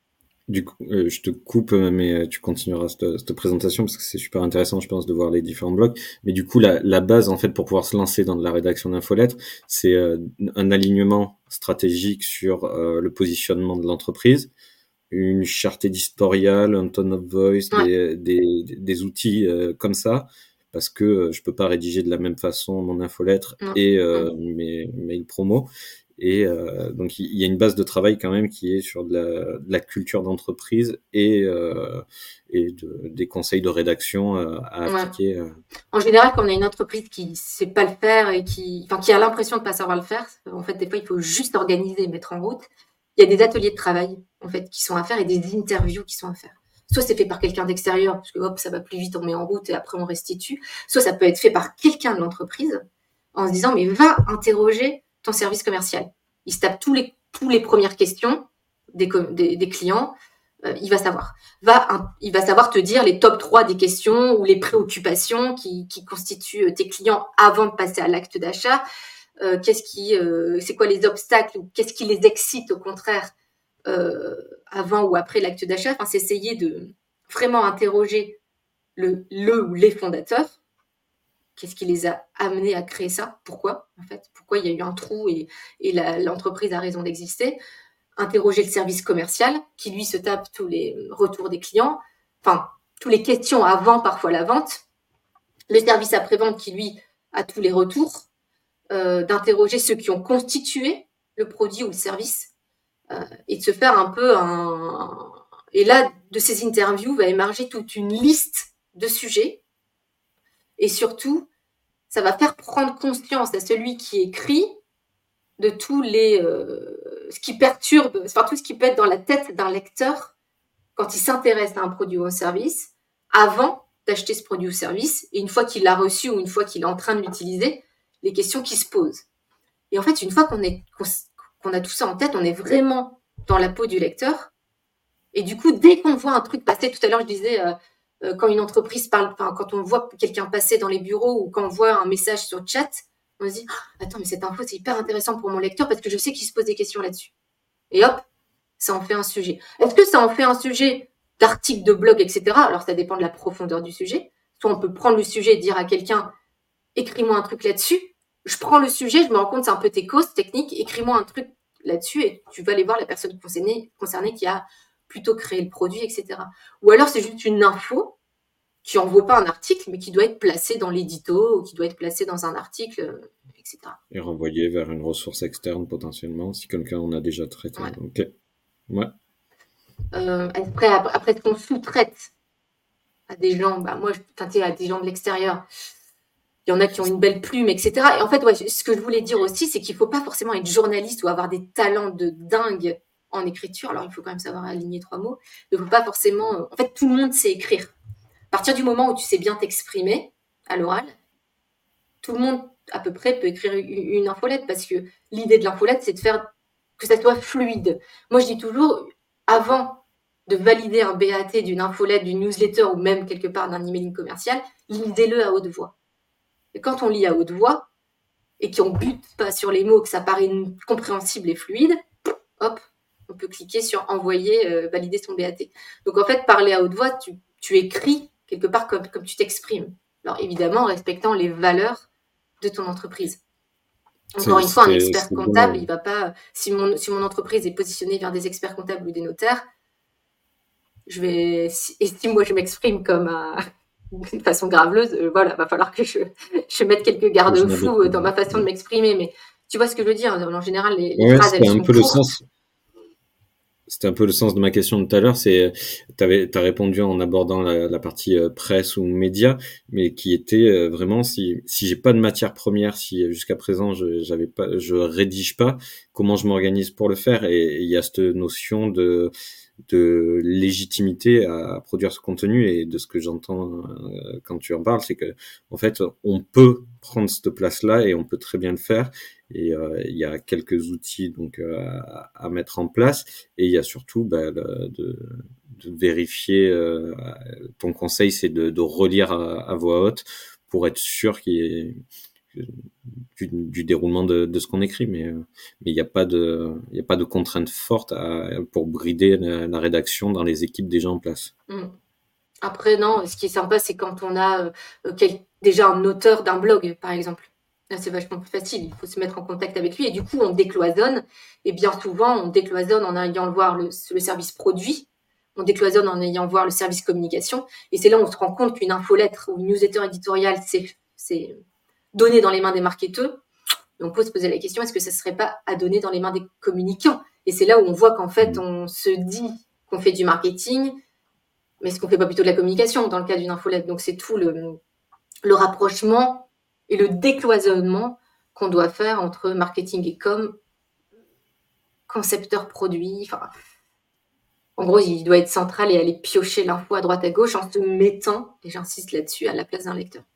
Du coup, euh, je te coupe, mais tu continueras cette, cette présentation parce que c'est super intéressant, je pense, de voir les différents blocs. Mais du coup, la, la base, en fait, pour pouvoir se lancer dans de la rédaction d'infolettres, c'est euh, un alignement stratégique sur euh, le positionnement de l'entreprise, une charte éditoriale, un tone of voice, ouais. des, des, des outils euh, comme ça, parce que euh, je peux pas rédiger de la même façon mon infolettre non. et euh, non. mes mails promo. Et euh, donc il y a une base de travail quand même qui est sur de la, de la culture d'entreprise et, euh, et de, des conseils de rédaction euh, à ouais. appliquer. Euh. En général, quand on a une entreprise qui sait pas le faire et qui, enfin, qui a l'impression de pas savoir le faire, en fait, des fois, il faut juste organiser, mettre en route. Il y a des ateliers de travail en fait qui sont à faire et des interviews qui sont à faire. Soit c'est fait par quelqu'un d'extérieur parce que hop, ça va plus vite, on met en route et après on restitue. Soit ça peut être fait par quelqu'un de l'entreprise en se disant mais va interroger ton service commercial. Il se tape tous les tous les premières questions des des, des clients, euh, il va savoir. Va un, il va savoir te dire les top trois des questions ou les préoccupations qui qui constituent tes clients avant de passer à l'acte d'achat. Euh, qu'est-ce qui, euh, c'est quoi les obstacles ou qu'est-ce qui les excite au contraire euh, avant ou après l'acte d'achat. Enfin, c'est essayer de vraiment interroger le, le ou les fondateurs. Qu'est-ce qui les a amenés à créer ça? Pourquoi, en fait? Pourquoi il y a eu un trou et, et la, l'entreprise a raison d'exister? Interroger le service commercial, qui lui se tape tous les retours des clients, enfin, toutes les questions avant parfois la vente. Le service après-vente qui, lui, a tous les retours. Euh, d'interroger ceux qui ont constitué le produit ou le service euh, et de se faire un peu un... Et là, de ces interviews va émerger toute une liste de sujets et surtout, ça va faire prendre conscience à celui qui écrit de tous les... Euh, ce qui perturbe, enfin tout ce qui peut être dans la tête d'un lecteur quand il s'intéresse à un produit ou un service avant d'acheter ce produit ou service et une fois qu'il l'a reçu ou une fois qu'il est en train de l'utiliser, les questions qui se posent. Et en fait, une fois qu'on, est, qu'on a tout ça en tête, on est vraiment dans la peau du lecteur. Et du coup, dès qu'on voit un truc passer, tout à l'heure, je disais, euh, euh, quand une entreprise parle, enfin, quand on voit quelqu'un passer dans les bureaux ou quand on voit un message sur le chat, on se dit, oh, attends, mais cette info, c'est hyper intéressant pour mon lecteur parce que je sais qu'il se pose des questions là-dessus. Et hop, ça en fait un sujet. Est-ce que ça en fait un sujet d'article, de blog, et cetera. Alors, ça dépend de la profondeur du sujet. Soit on peut prendre le sujet et dire à quelqu'un, écris-moi un truc là-dessus. Je prends le sujet, je me rends compte, c'est un peu techos, technique, écris-moi un truc là-dessus et tu vas aller voir la personne concernée, concernée qui a plutôt créé le produit, et cetera. Ou alors c'est juste une info qui n'envoie pas un article, mais qui doit être placée dans l'édito, ou qui doit être placée dans un article, et cetera. Et renvoyée vers une ressource externe potentiellement, si quelqu'un en a déjà traité. Ouais. Ok. Ouais. Euh, après, après, ce qu'on sous-traite à des gens, bah moi, je, à des gens de l'extérieur, il y en a qui ont une belle plume, et cetera. Et en fait, ouais, ce que je voulais dire aussi, c'est qu'il ne faut pas forcément être journaliste ou avoir des talents de dingue en écriture. Alors, il faut quand même savoir aligner trois mots. Il ne faut pas forcément... En fait, tout le monde sait écrire. À partir du moment où tu sais bien t'exprimer à l'oral, tout le monde, à peu près, peut écrire une infolette parce que l'idée de l'infolette, c'est de faire que ça soit fluide. Moi, je dis toujours, avant de valider un B A T d'une infolette, d'une newsletter ou même quelque part d'un emailing commercial, lisez-le à haute voix. Et quand on lit à haute voix et qu'on ne bute pas sur les mots, que ça paraît compréhensible et fluide, hop, on peut cliquer sur envoyer, euh, valider son B A T. Donc en fait, parler à haute voix, tu, tu écris quelque part comme, comme tu t'exprimes. Alors évidemment, en respectant les valeurs de ton entreprise. Encore une fois, un expert comptable, bon. il va pas. Si mon, si mon entreprise est positionnée vers des experts comptables ou des notaires, je vais. Si, et si moi je m'exprime comme un. de façon graveleuse, euh, voilà, va falloir que je, je mette quelques garde-fous euh, dans ma façon de m'exprimer. Mais tu vois ce que je veux dire? En général, les, les ouais, phrases, elles un sont peu courtes. Le sens. C'était un peu le sens de ma question de tout à l'heure. C'est, t'avais, t'as répondu en abordant la, la partie euh, presse ou média, mais qui était euh, vraiment si si j'ai pas de matière première, si jusqu'à présent je j'avais pas, je rédige pas, comment je m'organise pour le faire? Et il y a cette notion de de légitimité à produire ce contenu, et de ce que j'entends euh, quand tu en parles, c'est que en fait on peut prendre cette place-là et on peut très bien le faire. Et euh, il y a quelques outils donc euh, à, à mettre en place, et il y a surtout bah, le, de, de vérifier. Euh, ton conseil, c'est de, de relire à, à voix haute pour être sûr qu'il y ait du, du déroulement de, de ce qu'on écrit, mais euh, mais il n'y a pas de il y a pas de contrainte forte à, pour brider la, la rédaction dans les équipes déjà en place. Mmh. Après, non, ce qui est sympa, c'est quand on a euh, quel, déjà un auteur d'un blog, par exemple. Là, c'est vachement plus facile. Il faut se mettre en contact avec lui et du coup, on décloisonne. Et bien souvent, on décloisonne en ayant voir le, le service produit, on décloisonne en ayant voir le service communication. Et c'est là où on se rend compte qu'une infolettre ou une newsletter éditoriale, c'est, c'est donné dans les mains des marketeurs. Et on peut se poser la question, est-ce que ça ne serait pas à donner dans les mains des communicants? Et c'est là où on voit qu'en fait, on se dit qu'on fait du marketing, mais est-ce qu'on ne fait pas plutôt de la communication dans le cas d'une infolette? Donc, c'est tout le, le rapprochement et le décloisonnement qu'on doit faire entre marketing et com, concepteur produit. Enfin, en gros, il doit être central et aller piocher l'info à droite à gauche en se mettant, et j'insiste là-dessus, à la place d'un lecteur.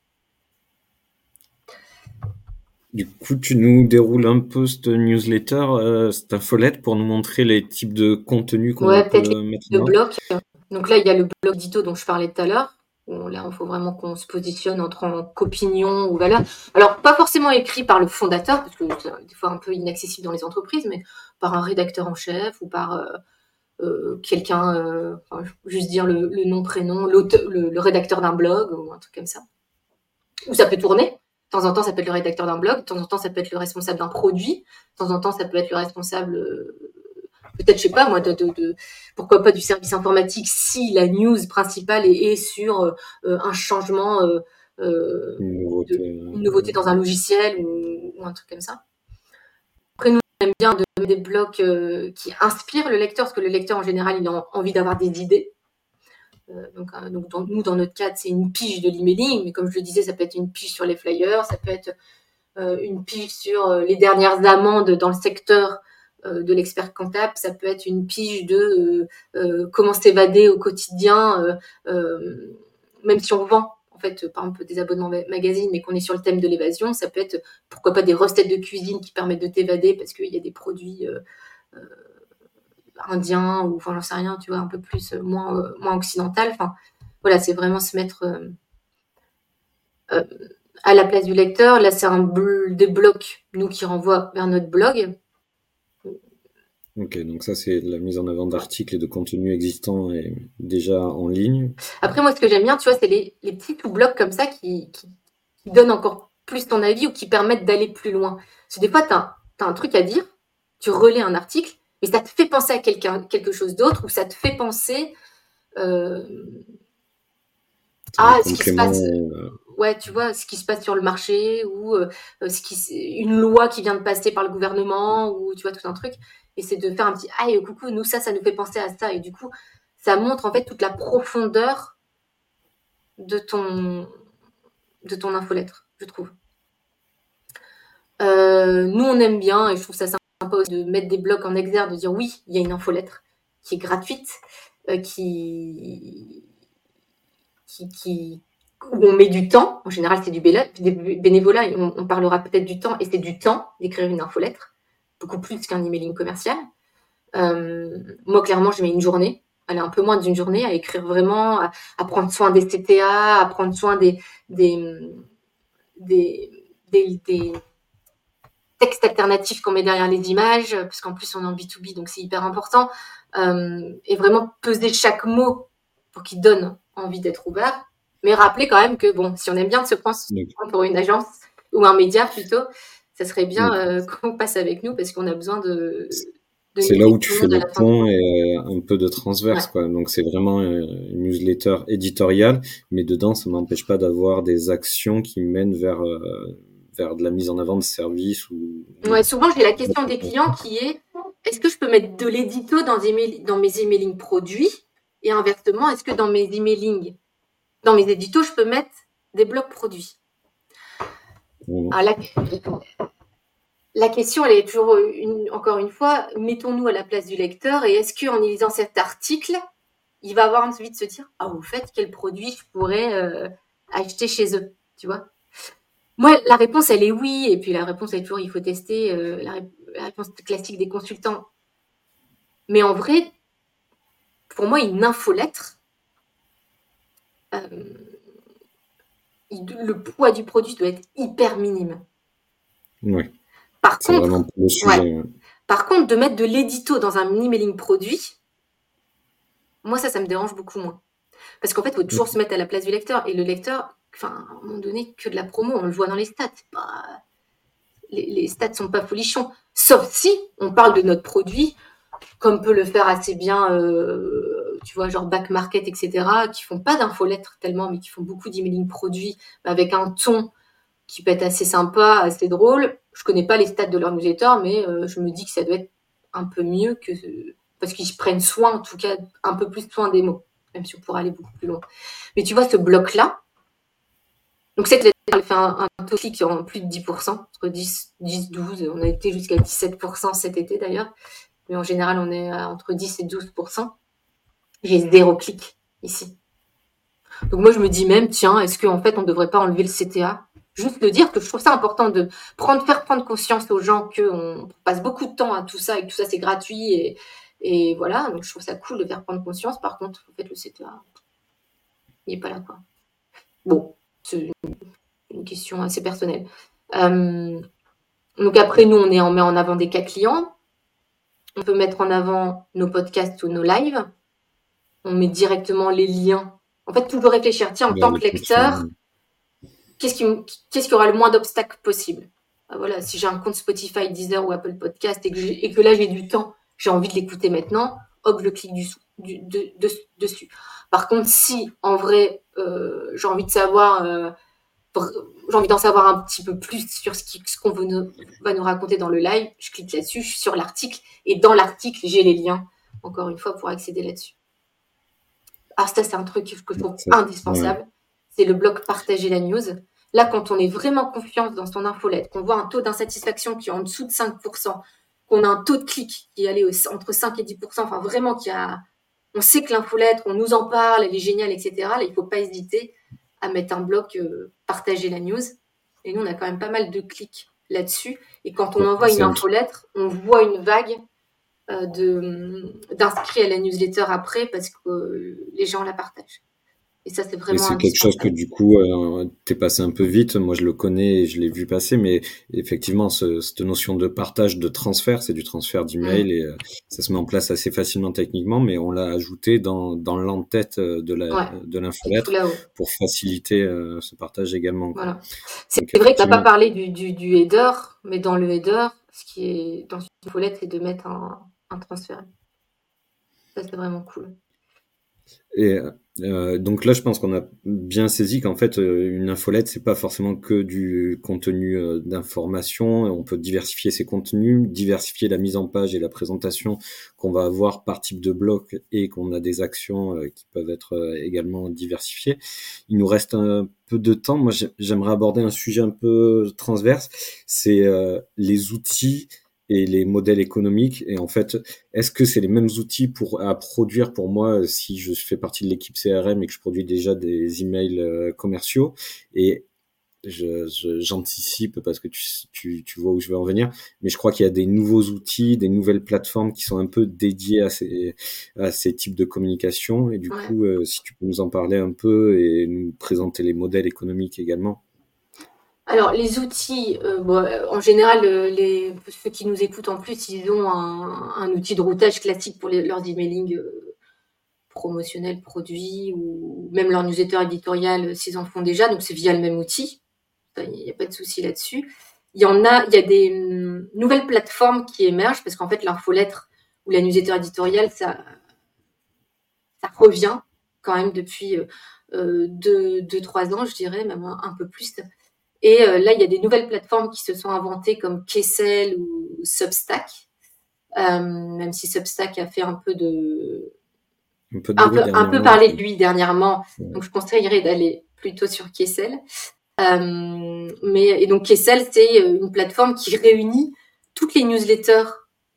Du coup, tu nous déroules un peu cette newsletter, euh, cette infolette, pour nous montrer les types de contenus qu'on ouais, peut peut-être mettre le bloc. Donc là, il y a le bloc édito dont je parlais tout à l'heure. Bon, là, il faut vraiment qu'on se positionne entre en opinion ou valeur. Alors, pas forcément écrit par le fondateur, parce que c'est des fois un peu inaccessible dans les entreprises, mais par un rédacteur en chef ou par, euh, euh, quelqu'un, euh, enfin, juste dire le, le nom, prénom, l'auteur, le, le rédacteur d'un blog ou un truc comme ça. Ou ça peut tourner. De temps en temps, ça peut être le rédacteur d'un blog. De temps en temps, ça peut être le responsable d'un produit. De temps en temps, ça peut être le responsable, euh, peut-être, je sais pas moi, de, de, de, pourquoi pas du service informatique si la news principale est, est sur euh, un changement, euh, euh, Une nouveauté. de, une nouveauté dans un logiciel ou, ou un truc comme ça. Après, nous, on aime bien de mettre des blocs euh, qui inspirent le lecteur, parce que le lecteur, en général, il a envie d'avoir des idées. Euh, donc, euh, donc dans, nous, dans notre cadre, c'est une pige de l'emailing, mais comme je le disais, ça peut être une pige sur les flyers, ça peut être euh, une pige sur euh, les dernières amendes dans le secteur euh, de l'expert comptable, ça peut être une pige de euh, euh, comment s'évader au quotidien, euh, euh, même si on vend, en fait, par exemple, des abonnements magazines, mais qu'on est sur le thème de l'évasion, ça peut être, pourquoi pas, des recettes de cuisine qui permettent de t'évader parce qu'il y a des produits euh, euh, indien ou enfin j'en sais rien, tu vois, un peu plus euh, moins euh, moins occidental. Enfin voilà, c'est vraiment se mettre euh, euh, à la place du lecteur. Là, c'est un bl- des blocs nous qui renvoient vers notre blog. Ok, donc ça c'est la mise en avant d'articles et de contenus existants et déjà en ligne. Après, moi, ce que j'aime bien, tu vois, c'est les, les petits tout-blocs comme ça qui, qui, qui donnent encore plus ton avis ou qui permettent d'aller plus loin. Parce que des fois, tu as un truc à dire, tu relais un article, mais ça te fait penser à quelqu'un, quelque chose d'autre, ou ça te fait penser euh, à ce qui se passe. Euh... Ouais, tu vois, ce qui se passe sur le marché, ou euh, ce qui, une loi qui vient de passer par le gouvernement, ou tu vois, tout un truc. Et c'est de faire un petit « Ah, coucou, nous, ça, ça nous fait penser à ça. » Et du coup, ça montre en fait toute la profondeur de ton, de ton infolettre, je trouve. Euh, nous, on aime bien, et je trouve ça sympa aussi de mettre des blocs en exergue, de dire oui, il y a une infolettre qui est gratuite, euh, qui, qui, qui, où on met du temps. En général, c'est du bénévolat, et on, on parlera peut-être du temps, et c'est du temps d'écrire une infolettre, beaucoup plus qu'un emailing commercial. Euh, moi, clairement, je mets une journée. Elle est un peu moins d'une journée à écrire vraiment, à, à prendre soin des C T A, à prendre soin des, des, des, des, des textes alternatifs qu'on met derrière les images, parce qu'en plus, on est en B deux B, donc c'est hyper important. Euh, et vraiment peser chaque mot pour qu'il donne envie d'être ouvert. Mais rappeler quand même que, bon, si on aime bien se prendre pour une agence ou un média plutôt, ça serait bien euh, qu'on passe avec nous parce qu'on a besoin de... C'est là où tu fais le pont et un peu de transverse, ouais. quoi. Donc c'est vraiment une newsletter éditoriale, mais dedans ça m'empêche pas d'avoir des actions qui mènent vers euh, vers de la mise en avant de services ou. Ouais, souvent j'ai la question des clients qui est est-ce que je peux mettre de l'édito dans, email, dans mes emailing produits et inversement est-ce que dans mes emailing, dans mes éditos je peux mettre des blocs produits. Mmh. Alors, la... La question, elle est toujours, une, encore une fois, mettons-nous à la place du lecteur et est-ce qu'en lisant cet article, il va avoir envie de se dire « Ah, au fait, quel produit je pourrais euh, acheter chez eux ?» Tu vois ? Moi, la réponse, elle est oui. Et puis la réponse, elle est toujours « Il faut tester euh, la, ré- la réponse classique des consultants. » Mais en vrai, pour moi, une infolettre, euh, le poids du produit doit être hyper minime. Oui. Par c'est contre, vraiment le sujet. Ouais. Par contre, de mettre de l'édito dans un emailing produit, moi, ça, ça me dérange beaucoup moins. Parce qu'en fait, il faut toujours mmh. se mettre à la place du lecteur. Et le lecteur, enfin, à un moment donné, que de la promo, on le voit dans les stats. Bah, les, les stats ne sont pas folichons. Sauf si on parle de notre produit, comme peut le faire assez bien, euh, tu vois, genre back market, et cetera, qui font pas d'infolettre tellement, mais qui font beaucoup d'emailing produits, avec un ton qui peut être assez sympa, assez drôle. Je connais pas les stats de leur newsletter, mais euh, je me dis que ça doit être un peu mieux que parce qu'ils prennent soin, en tout cas, un peu plus soin des mots, même si on pourrait aller beaucoup plus loin. Mais tu vois, ce bloc-là, donc cette lettre, elle fait un, un taux de clic en plus de dix pour cent, entre dix, dix, douze, on a été jusqu'à dix-sept pour cent cet été d'ailleurs, mais en général, on est à entre dix et douze pour cent. J'ai zéro clic ici. Donc moi, je me dis même, tiens, est-ce qu'en fait, on ne devrait pas enlever le C T A ? Juste de dire que je trouve ça important de prendre, faire prendre conscience aux gens qu'on passe beaucoup de temps à tout ça et que tout ça, c'est gratuit. Et, et voilà, donc je trouve ça cool de faire prendre conscience. Par contre, en fait, le C T A, il n'est pas là, quoi. Bon, c'est une, une question assez personnelle. Euh, donc après, nous, on, est, on met en avant des cas clients. on peut mettre en avant nos podcasts ou nos lives. On met directement les liens. En fait, tout peut réfléchir. Tiens, en Ouais, tant les que lecteur, fonctions. qu'est-ce qui, qu'est-ce qui aura le moins d'obstacles possible? Ah, voilà, si j'ai un compte Spotify, Deezer ou Apple Podcast et que, j'ai, et que là j'ai du temps, j'ai envie de l'écouter maintenant, hop, je clique du, du, de, de, dessus. Par contre, si en vrai euh, j'ai envie de savoir, euh, j'ai envie d'en savoir un petit peu plus sur ce, qui, ce qu'on veut nous, va nous raconter dans le live, je clique là-dessus, je suis sur l'article et dans l'article j'ai les liens, encore une fois, pour accéder là-dessus. Alors ça, c'est un truc que je trouve Ça, indispensable, ouais. c'est le bloc partager la news. Là, quand on est vraiment confiance dans son infolette, qu'on voit un taux d'insatisfaction qui est en dessous de cinq pour cent, qu'on a un taux de clic qui est allé entre cinq et dix pour cent, enfin vraiment qu'il y a, on sait que l'infolette, on nous en parle, elle est géniale, et cetera. Là, il ne faut pas hésiter à mettre un bloc euh, partager la news. Et nous, on a quand même pas mal de clics là-dessus. Et quand on envoie une infolettre, on voit une vague euh, de, d'inscrits à la newsletter après parce que euh, les gens la partagent. Et ça, c'est vraiment Et c'est quelque chose que du coup, euh, t'es passé un peu vite. Moi, je le connais et je l'ai vu passer, mais effectivement, ce, cette notion de partage, de transfert, c'est du transfert d'email mmh. et euh, ça se met en place assez facilement techniquement, mais on l'a ajouté dans, dans l'entête de la, ouais, de l'infolettre pour faciliter euh, ce partage également. Voilà. C'est Donc, vrai que t'as pas parlé du, du, du header, mais dans le header, ce qui est dans une infolette, c'est de mettre un, un transfert. Ça, c'est vraiment cool. Et euh, donc là, je pense qu'on a bien saisi qu'en fait, euh, une infolette, c'est pas forcément que du contenu euh, d'information. On peut diversifier ses contenus, diversifier la mise en page et la présentation qu'on va avoir par type de bloc et qu'on a des actions euh, qui peuvent être euh, également diversifiées. Il nous reste un peu de temps. Moi, j'aimerais aborder un sujet un peu transverse. C'est euh, les outils et les modèles économiques. Et en fait, est-ce que c'est les mêmes outils pour à produire pour moi si je fais partie de l'équipe C R M et que je produis déjà des emails euh, commerciaux? Et je, je, j'anticipe parce que tu, tu, tu vois où je veux en venir, mais je crois qu'il y a des nouveaux outils, des nouvelles plateformes qui sont un peu dédiées à ces, à ces types de communication. Et du ouais. coup, euh, si tu peux nous en parler un peu et nous présenter les modèles économiques également. Alors, les outils, euh, bon, en général, les, ceux qui nous écoutent en plus, ils ont un, un outil de routage classique pour les, leurs emailing euh, promotionnels, produits, ou même leur newsletter éditorial s'ils en font déjà. Donc, c'est via le même outil. Il n'y a pas de souci là-dessus. Il y en a, il y a des hum, nouvelles plateformes qui émergent parce qu'en fait, l'infolettre ou la newsletter éditoriale, ça, ça revient quand même depuis euh, deux, deux, trois ans, je dirais, même un, un peu plus. Et euh, là, il y a des nouvelles plateformes qui se sont inventées comme Kessel ou Substack, euh, même si Substack a fait un peu de... Un peu, de un peu, un peu parler de lui dernièrement. Ouais. Donc, je conseillerais d'aller plutôt sur Kessel. Euh, mais, et donc, Kessel, c'est une plateforme qui réunit toutes les newsletters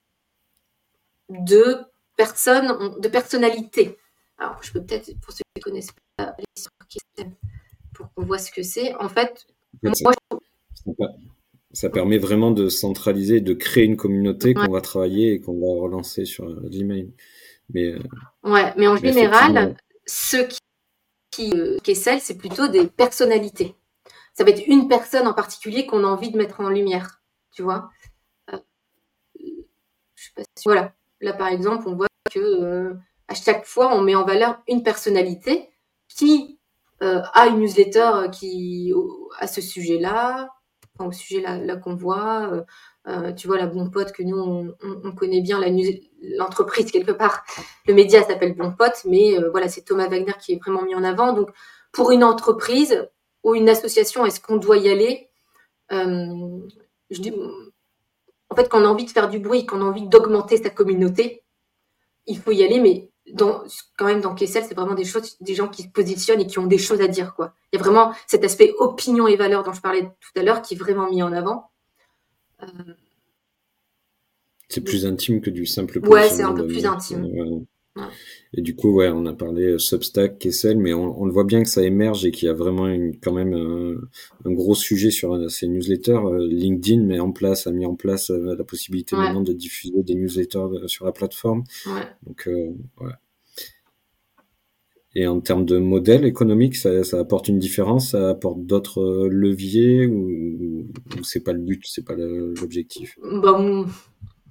de personnes, de personnalités. Alors, je peux peut-être, pour ceux qui ne connaissent pas, aller sur Kessel pour qu'on voie ce que c'est. En fait, En fait, moi, ça, ça, ça permet vraiment de centraliser, de créer une communauté ouais. qu'on va travailler et qu'on va relancer sur l'email. Mais, ouais, mais en mais général, ceux qui, qui euh, Kessel, c'est plutôt des personnalités. Ça va être une personne en particulier qu'on a envie de mettre en lumière, tu vois. Euh, je sais pas si... Voilà. Là, par exemple, on voit que euh, à chaque fois, on met en valeur une personnalité qui Euh, à une newsletter qui à ce sujet-là, enfin, au sujet là, là qu'on voit, euh, euh, tu vois la Bon Pote que nous on, on, on connaît bien la news, l'entreprise quelque part, le média s'appelle Bon Pote, mais euh, voilà c'est Thomas Wagner qui est vraiment mis en avant. Donc pour une entreprise ou une association, est-ce qu'on doit y aller euh, je dis, en fait, quand on a envie de faire du bruit, quand on a envie d'augmenter sa communauté, il faut y aller, mais Dans, quand même dans Kessel, c'est vraiment des choses, des gens qui se positionnent et qui ont des choses à dire, quoi. Il y a vraiment cet aspect opinion et valeur dont je parlais tout à l'heure qui est vraiment mis en avant. Euh... C'est plus intime que du simple positionnement. Ouais, c'est un peu plus intime. Ouais. Ouais. Et du coup, ouais, on a parlé Substack, Kessel, mais on, on le voit bien que ça émerge et qu'il y a vraiment une, quand même un, un gros sujet sur ces newsletters. LinkedIn met en place, a mis en place la possibilité ouais. maintenant de diffuser des newsletters sur la plateforme. Ouais. Donc, euh, ouais. Et en termes de modèle économique, ça, ça apporte une différence, ça apporte d'autres leviers ou, ou c'est pas le but, c'est pas le, l'objectif? Bon,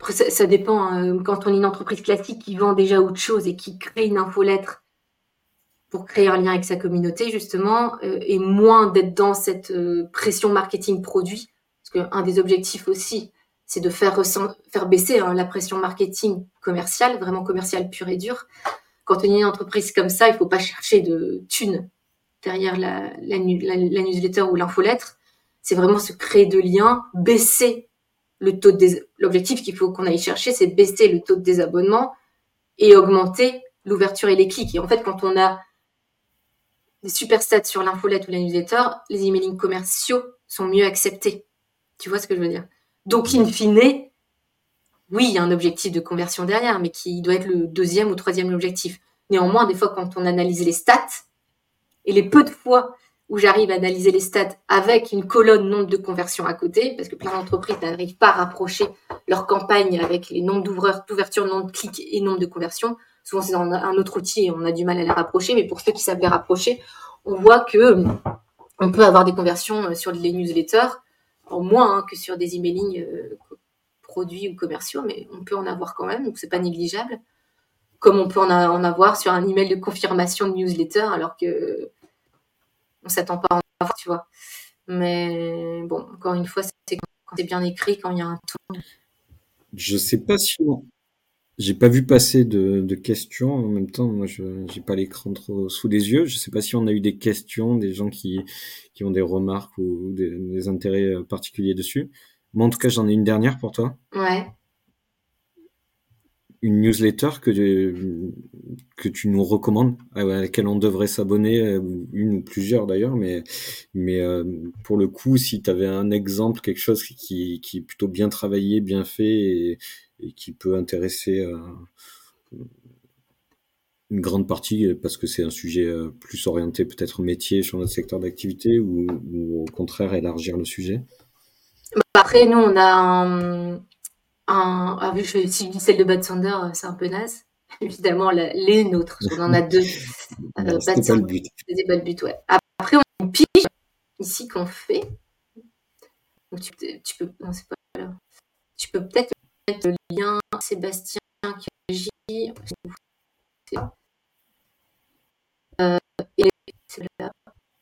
Après, ça, ça dépend. Hein. Quand on est une entreprise classique qui vend déjà autre chose et qui crée une infolettre pour créer un lien avec sa communauté, justement, euh, et moins d'être dans cette euh, pression marketing produit. Parce qu'un des objectifs aussi, c'est de faire, ressent- faire baisser hein, la pression marketing commerciale, vraiment commerciale pure et dure. Quand on est une entreprise comme ça, il ne faut pas chercher de thunes derrière la, la, la, la newsletter ou l'infolettre. C'est vraiment se créer de liens, baisser le taux de dés... L'objectif qu'il faut qu'on aille chercher, c'est de baisser le taux de désabonnement et augmenter l'ouverture et les clics. Et en fait, quand on a des super stats sur l'infolette ou la newsletter, les emailing commerciaux sont mieux acceptés. Tu vois ce que je veux dire? Donc, in fine, oui, il y a un objectif de conversion derrière, mais qui doit être le deuxième ou troisième objectif. Néanmoins, des fois, quand on analyse les stats, et les peu de fois où j'arrive à analyser les stats avec une colonne nombre de conversions à côté, parce que plein d'entreprises n'arrivent pas à rapprocher leur campagne avec les nombres d'ouvreurs, d'ouverture, nombre de clics et nombre de conversions. Souvent, c'est dans un autre outil et on a du mal à les rapprocher, mais pour ceux qui savent les rapprocher, on voit que on peut avoir des conversions sur les newsletters, en moins hein, que sur des emailing euh, produits ou commerciaux, mais on peut en avoir quand même, donc c'est pas négligeable. Comme on peut en, a, en avoir sur un email de confirmation de newsletter, alors que on s'attend pas à en avoir, tu vois. Mais bon, encore une fois, c'est quand c'est bien écrit, quand il y a un ton. Je sais pas si on... J'ai pas vu passer de, de questions. En même temps, moi, je j'ai pas l'écran trop sous les yeux. Je sais pas si on a eu des questions, des gens qui qui ont des remarques ou des, des intérêts particuliers dessus. Moi, en tout cas, j'en ai une dernière pour toi. Ouais. Une newsletter que que tu nous recommandes, à laquelle on devrait s'abonner, ou une ou plusieurs d'ailleurs, mais mais euh, pour le coup, si tu avais un exemple, quelque chose qui qui est plutôt bien travaillé, bien fait et, et qui peut intéresser euh, une grande partie, parce que c'est un sujet euh, plus orienté peut-être métier sur notre secteur d'activité, ou, ou au contraire élargir le sujet. Après, nous, on a un, un ah, vu que si je dis celle de Bad Sander, c'est un peu naze. Évidemment, la, les nôtres, on en a deux. Non, euh, c'était pas le but. C'était pas le but, ouais. Après, on a une pige ici qu'on fait. Donc, tu, tu peux, non, c'est pas là. Tu peux peut-être mettre le lien Sébastien qui agit. Euh, et c'est là.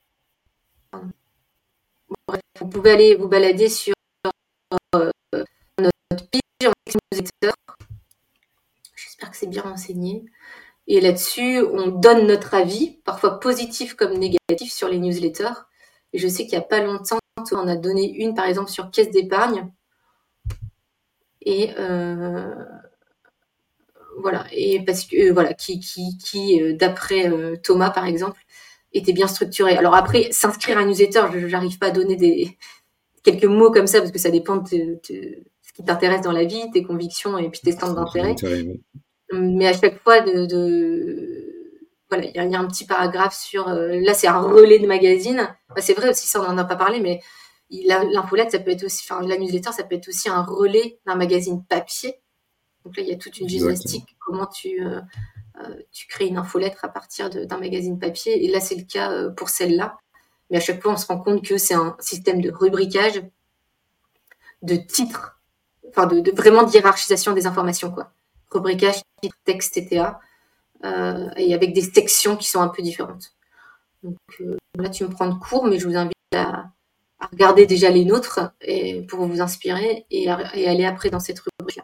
Bref, vous pouvez aller vous balader sur euh, notre pige en newsletter. J'espère que c'est bien renseigné. Et là-dessus, on donne notre avis, parfois positif comme négatif, sur les newsletters. Et je sais qu'il n'y a pas longtemps, on a donné une, par exemple, sur Caisse d'épargne. Et euh, voilà, et parce que euh, voilà, qui, qui, qui euh, d'après euh, Thomas, par exemple, était bien structuré. Alors après, s'inscrire à un newsletter, je n'arrive pas à donner des quelques mots comme ça parce que ça dépend de, de ce qui t'intéresse dans la vie, tes convictions et puis tes stands d'intérêt. Oui. Mais à chaque fois, de, de... voilà, il y, y a un petit paragraphe sur. Euh, là, c'est un relais de magazine. Bah, c'est vrai aussi, ça, on n'en a pas parlé, mais l'infolette, ça peut être aussi, enfin, la newsletter, ça peut être aussi un relais d'un magazine papier. Donc là, il y a toute une gymnastique. Exactement. Comment tu, euh, euh, tu crées une infolettre à partir de, d'un magazine papier. Et là, c'est le cas euh, pour celle-là. Mais à chaque fois, on se rend compte que c'est un système de rubricage, de titres, enfin, de, de vraiment de hiérarchisation des informations, quoi. Rubricage, titre, texte, et cetera. Euh, et avec des sections qui sont un peu différentes. Donc euh, là, tu me prends de court, mais je vous invite à, à regarder déjà les nôtres et, pour vous inspirer et, à, et aller après dans cette rubrique-là.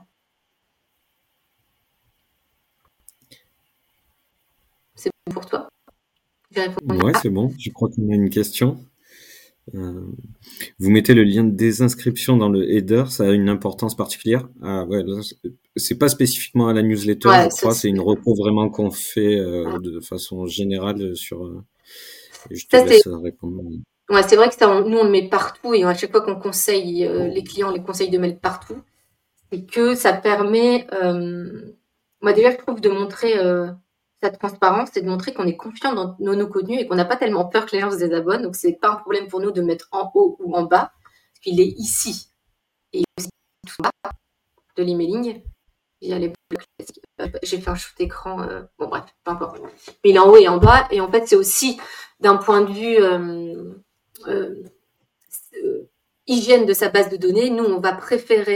C'est bon pour toi? Ouais, c'est bon. Je crois qu'on a une question. Euh, vous mettez le lien de désinscription dans le header, ça a une importance particulière? Ah ouais, là, c'est pas spécifiquement à la newsletter, ouais, je crois, c'est, c'est une reco vraiment qu'on fait euh, ouais. de façon générale sur. Euh, je te ça, laisse c'est... répondre. Ouais, c'est vrai que ça, on, nous on le met partout et à chaque fois qu'on conseille euh, les clients, on les conseille de mettre partout, et que ça permet, euh, moi déjà je trouve de montrer. Euh, sa transparence, c'est de montrer qu'on est confiant dans nos, nos contenus et qu'on n'a pas tellement peur que les gens se désabonnent. Donc, c'est pas un problème pour nous de mettre en haut ou en bas, parce qu'il est ici et aussi tout en bas de l'emailing. Il y a les blocs classiques. J'ai fait un shoot écran. Euh, bon, bref, peu importe. Mais il est en haut et en bas. Et en fait, c'est aussi d'un point de vue euh, euh, euh, hygiène de sa base de données. Nous, on va préférer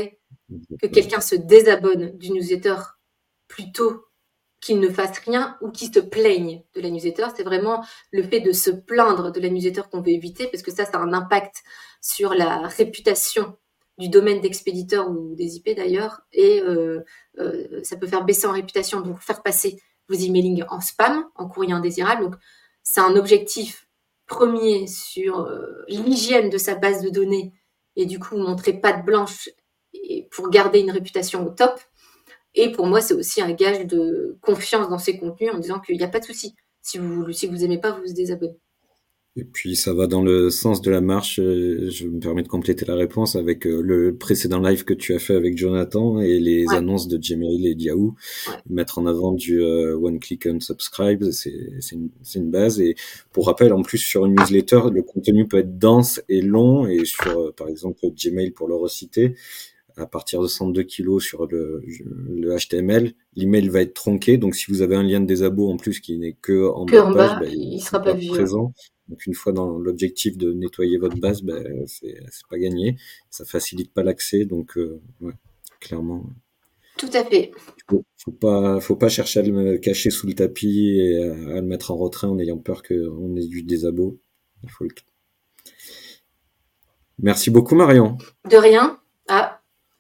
que quelqu'un se désabonne du newsletter plutôt qu'il ne fasse rien ou qu'il se plaigne de la newsletter. C'est vraiment le fait de se plaindre de la newsletter qu'on veut éviter, parce que ça, ça a un impact sur la réputation du domaine d'expéditeur ou des I P d'ailleurs, et euh, euh, ça peut faire baisser en réputation, donc faire passer vos emailing en spam, en courrier indésirable. Donc, c'est un objectif premier sur euh, l'hygiène de sa base de données, et du coup, montrer patte blanche et pour garder une réputation au top. Et pour moi, c'est aussi un gage de confiance dans ces contenus en disant qu'il n'y a pas de souci. Si vous si vous aimez pas, vous vous désabonnez. Et puis ça va dans le sens de la marche. Je me permets de compléter la réponse avec le précédent live que tu as fait avec Jonathan et les ouais. annonces de Gmail et de Yahoo. Ouais. Mettre en avant du uh, one click unsubscribe, c'est c'est une, c'est une base. Et pour rappel, en plus sur une newsletter, le contenu peut être dense et long. Et sur euh, par exemple Gmail, pour le reciter, à partir de cent deux kilos sur le, le H T M L, l'email va être tronqué. Donc, si vous avez un lien de désabo en plus qui n'est que en que bas en de page, bas, bah, il ne sera pas vu. Présent. Donc, une fois dans l'objectif de nettoyer votre base, bah, c'est, c'est pas gagné. Ça facilite pas l'accès. Donc, euh, ouais, clairement. Tout à fait. Faut, faut pas, faut pas chercher à le cacher sous le tapis et à, à le mettre en retrait en ayant peur qu'on ait du désabo. Il faut le... Merci beaucoup, Marion. De rien. Ah.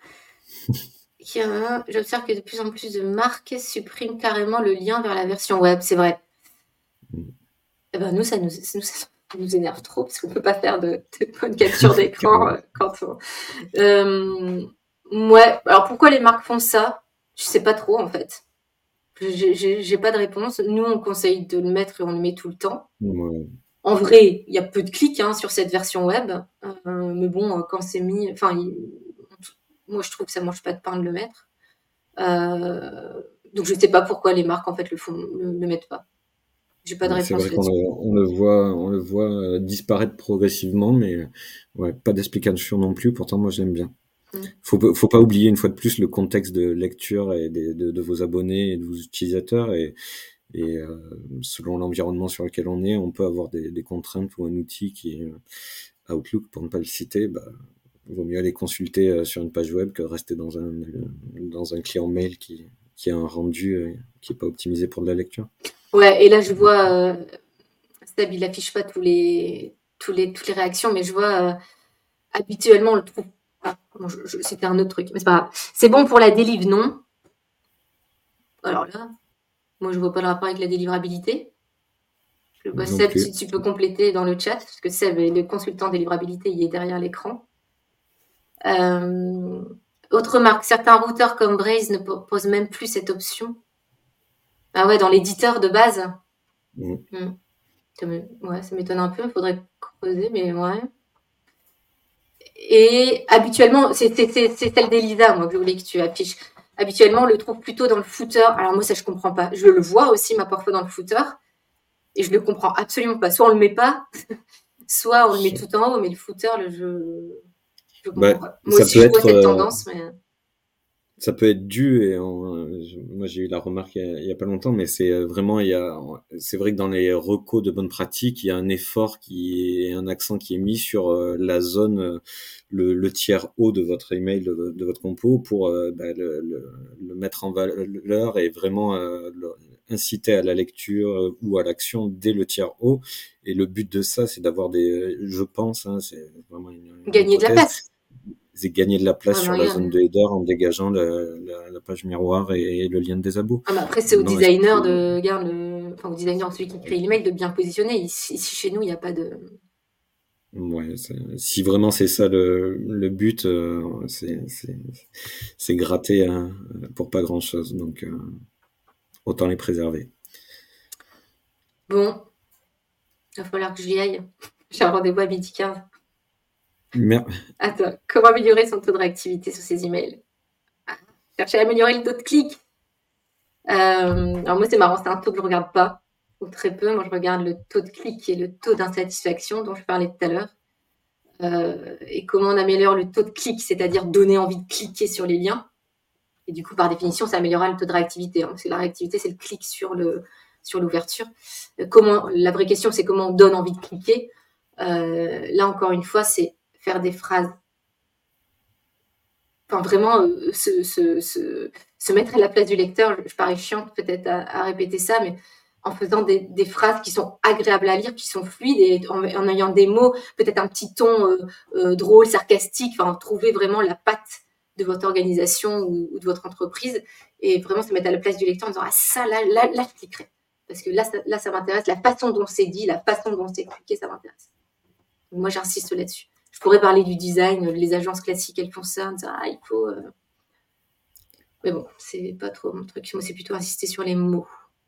J'observe que de plus en plus de marques suppriment carrément le lien vers la version web, c'est vrai. Mm. Et ben nous, ça nous, nous, ça nous énerve trop parce qu'on ne peut pas faire de, de bonne capture d'écran quand on... Euh, ouais, alors pourquoi les marques font ça? Je sais pas trop en fait. J'ai, j'ai, j'ai pas de réponse. Nous, on conseille de le mettre et on le met tout le temps. Ouais. En vrai, il y a peu de clics hein, sur cette version web, euh, mais bon, quand c'est mis, enfin, il... moi je trouve que ça mange pas de pain de le mettre. Euh... Donc je sais pas pourquoi les marques en fait le font, le, le mettent pas. J'ai pas de ouais, réponse c'est vrai qu'on le, on le voit, on le voit disparaître progressivement, mais ouais, pas d'explication non plus. Pourtant, moi je l'aime bien. Mm. Faut, faut pas oublier une fois de plus le contexte de lecture et des, de, de vos abonnés et de vos utilisateurs et Et euh, selon l'environnement sur lequel on est, on peut avoir des, des contraintes ou un outil qui est euh, Outlook, pour ne pas le citer, bah, il vaut mieux aller consulter euh, sur une page web que rester dans un, dans un client mail qui, qui a un rendu euh, qui n'est pas optimisé pour de la lecture. Ouais, et là je vois, euh, Seb, il affiche pas tous les, tous les, toutes les réactions, mais je vois euh, habituellement on le trouve. Ah, bon, je, je, c'était un autre truc, mais c'est pas grave. C'est bon pour la délivre, non? Alors là. Moi, je vois pas le rapport avec la délivrabilité. Je vois Seb, si tu peux compléter dans le chat, parce que Seb est le consultant délivrabilité, il est derrière l'écran. Euh, autre marque, certains routeurs comme Braze ne proposent même plus cette option. Ah ouais, dans l'éditeur de base. Mmh. Mmh. Ça me, ouais, ça m'étonne un peu, il faudrait creuser, mais ouais. Et habituellement, c'est, c'est, c'est, c'est celle d'Elisa, moi, que je voulais que tu affiches. Habituellement, on le trouve plutôt dans le footer. Alors moi, ça, je comprends pas. Je le vois aussi, ma parfois, dans le footer. Et je le comprends absolument pas. Soit on le met pas, soit on le met tout en haut, mais le footer, le jeu, je comprends bah, pas. Moi aussi, je vois cette tendance, mais... Ça peut être dû, et en, moi j'ai eu la remarque il y, a, il y a pas longtemps, mais c'est vraiment, il y a, c'est vrai que dans les recos de bonnes pratiques, il y a un effort qui est, un accent qui est mis sur la zone, le, le tiers haut de votre email, de, de votre compo, pour bah, le, le, le mettre en valeur et vraiment euh, le, inciter à la lecture ou à l'action dès le tiers haut. Et le but de ça, c'est d'avoir des, je pense, hein, c'est vraiment une, une gagner hypothèse. De la place. C'est gagner de la place ah, sur la rien. Zone de header en dégageant la, la, la page miroir et, et le lien de désabo. Ah, mais après, c'est au non, designer de, regarde, le, enfin, au designer, celui qui crée l'email, de bien positionner. Ici, ici chez nous, il n'y a pas de. Ouais, si vraiment c'est ça le, le but, euh, c'est, c'est, c'est gratter hein, pour pas grand chose. Donc, euh, autant les préserver. Bon, il va falloir que j'y aille. J'ai un rendez-vous à midi quinze. Mer- Attends, comment améliorer son taux de réactivité sur ses emails? ah, Chercher à améliorer le taux de clic. Euh, alors moi, c'est marrant, c'est un taux que je ne regarde pas, ou très peu. Moi, je regarde le taux de clic et le taux d'insatisfaction dont je parlais tout à l'heure. Euh, et comment on améliore le taux de clic, c'est-à-dire donner envie de cliquer sur les liens. Et du coup, par définition, ça améliorera le taux de réactivité. Hein, parce que la réactivité, c'est le clic sur, le, sur l'ouverture. Euh, comment, la vraie question, c'est comment on donne envie de cliquer. Euh, là, encore une fois, c'est faire des phrases enfin, vraiment euh, se, se, se, se mettre à la place du lecteur. Je, je parais chiante peut-être à, à répéter ça, mais en faisant des, des phrases qui sont agréables à lire, qui sont fluides, et en, en ayant des mots, peut-être un petit ton euh, euh, drôle, sarcastique, enfin, trouver vraiment la patte de votre organisation ou, ou de votre entreprise, et vraiment se mettre à la place du lecteur en disant « Ah, ça, là, là, là, je cliquerai. » Parce que là ça, là, ça m'intéresse. La façon dont c'est dit, la façon dont c'est expliqué, ça m'intéresse. Donc, moi, j'insiste là-dessus. Je pourrais parler du design. Les agences classiques, elles font ça. Ah, il faut... Euh... Mais bon, c'est pas trop mon truc. Moi, c'est plutôt insister sur les mots.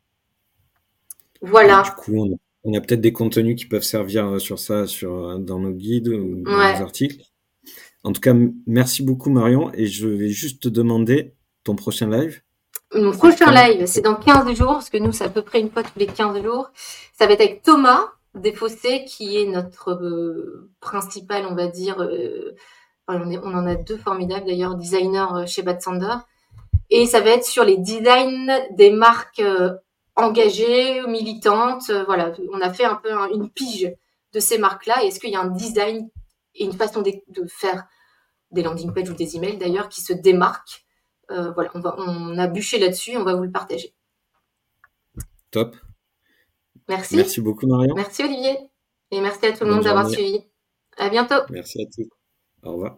Voilà. Du coup, on a, on a peut-être des contenus qui peuvent servir sur ça sur, dans nos guides ou dans Ouais. nos articles. En tout cas, merci beaucoup, Marion. Et je vais juste te demander ton prochain live. Mon prochain live, c'est dans quinze jours, parce que nous, c'est à peu près une fois tous les quinze jours. Ça va être avec Thomas Desfossés, qui est notre euh, principal, on va dire, euh, on, est, on en a deux formidables d'ailleurs, designers chez Bad Sander. Et ça va être sur les designs des marques euh, engagées, militantes. Euh, voilà, on a fait un peu un, une pige de ces marques-là. Et est-ce qu'il y a un design et une façon de, de faire des landing pages ou des emails d'ailleurs qui se démarquent? Euh, voilà, on, va, on a bûché là-dessus, on va vous le partager. Top. Merci. Merci beaucoup, Marion. Merci, Olivier. Et merci à tout le Bonne monde d'avoir journée. Suivi. À bientôt. Merci à tous. Au revoir.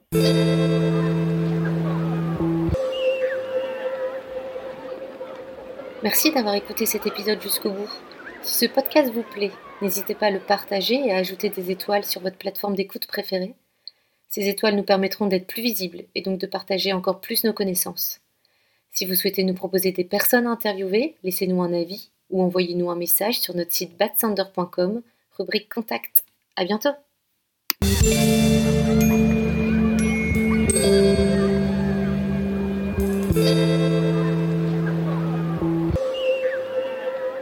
Merci d'avoir écouté cet épisode jusqu'au bout. Si ce podcast vous plaît, n'hésitez pas à le partager et à ajouter des étoiles sur votre plateforme d'écoute préférée. Ces étoiles nous permettront d'être plus visibles et donc de partager encore plus nos connaissances. Si vous souhaitez nous proposer des personnes à interviewer, laissez-nous un avis ou envoyez-nous un message sur notre site badsander point com, rubrique Contact. À bientôt! Thank you.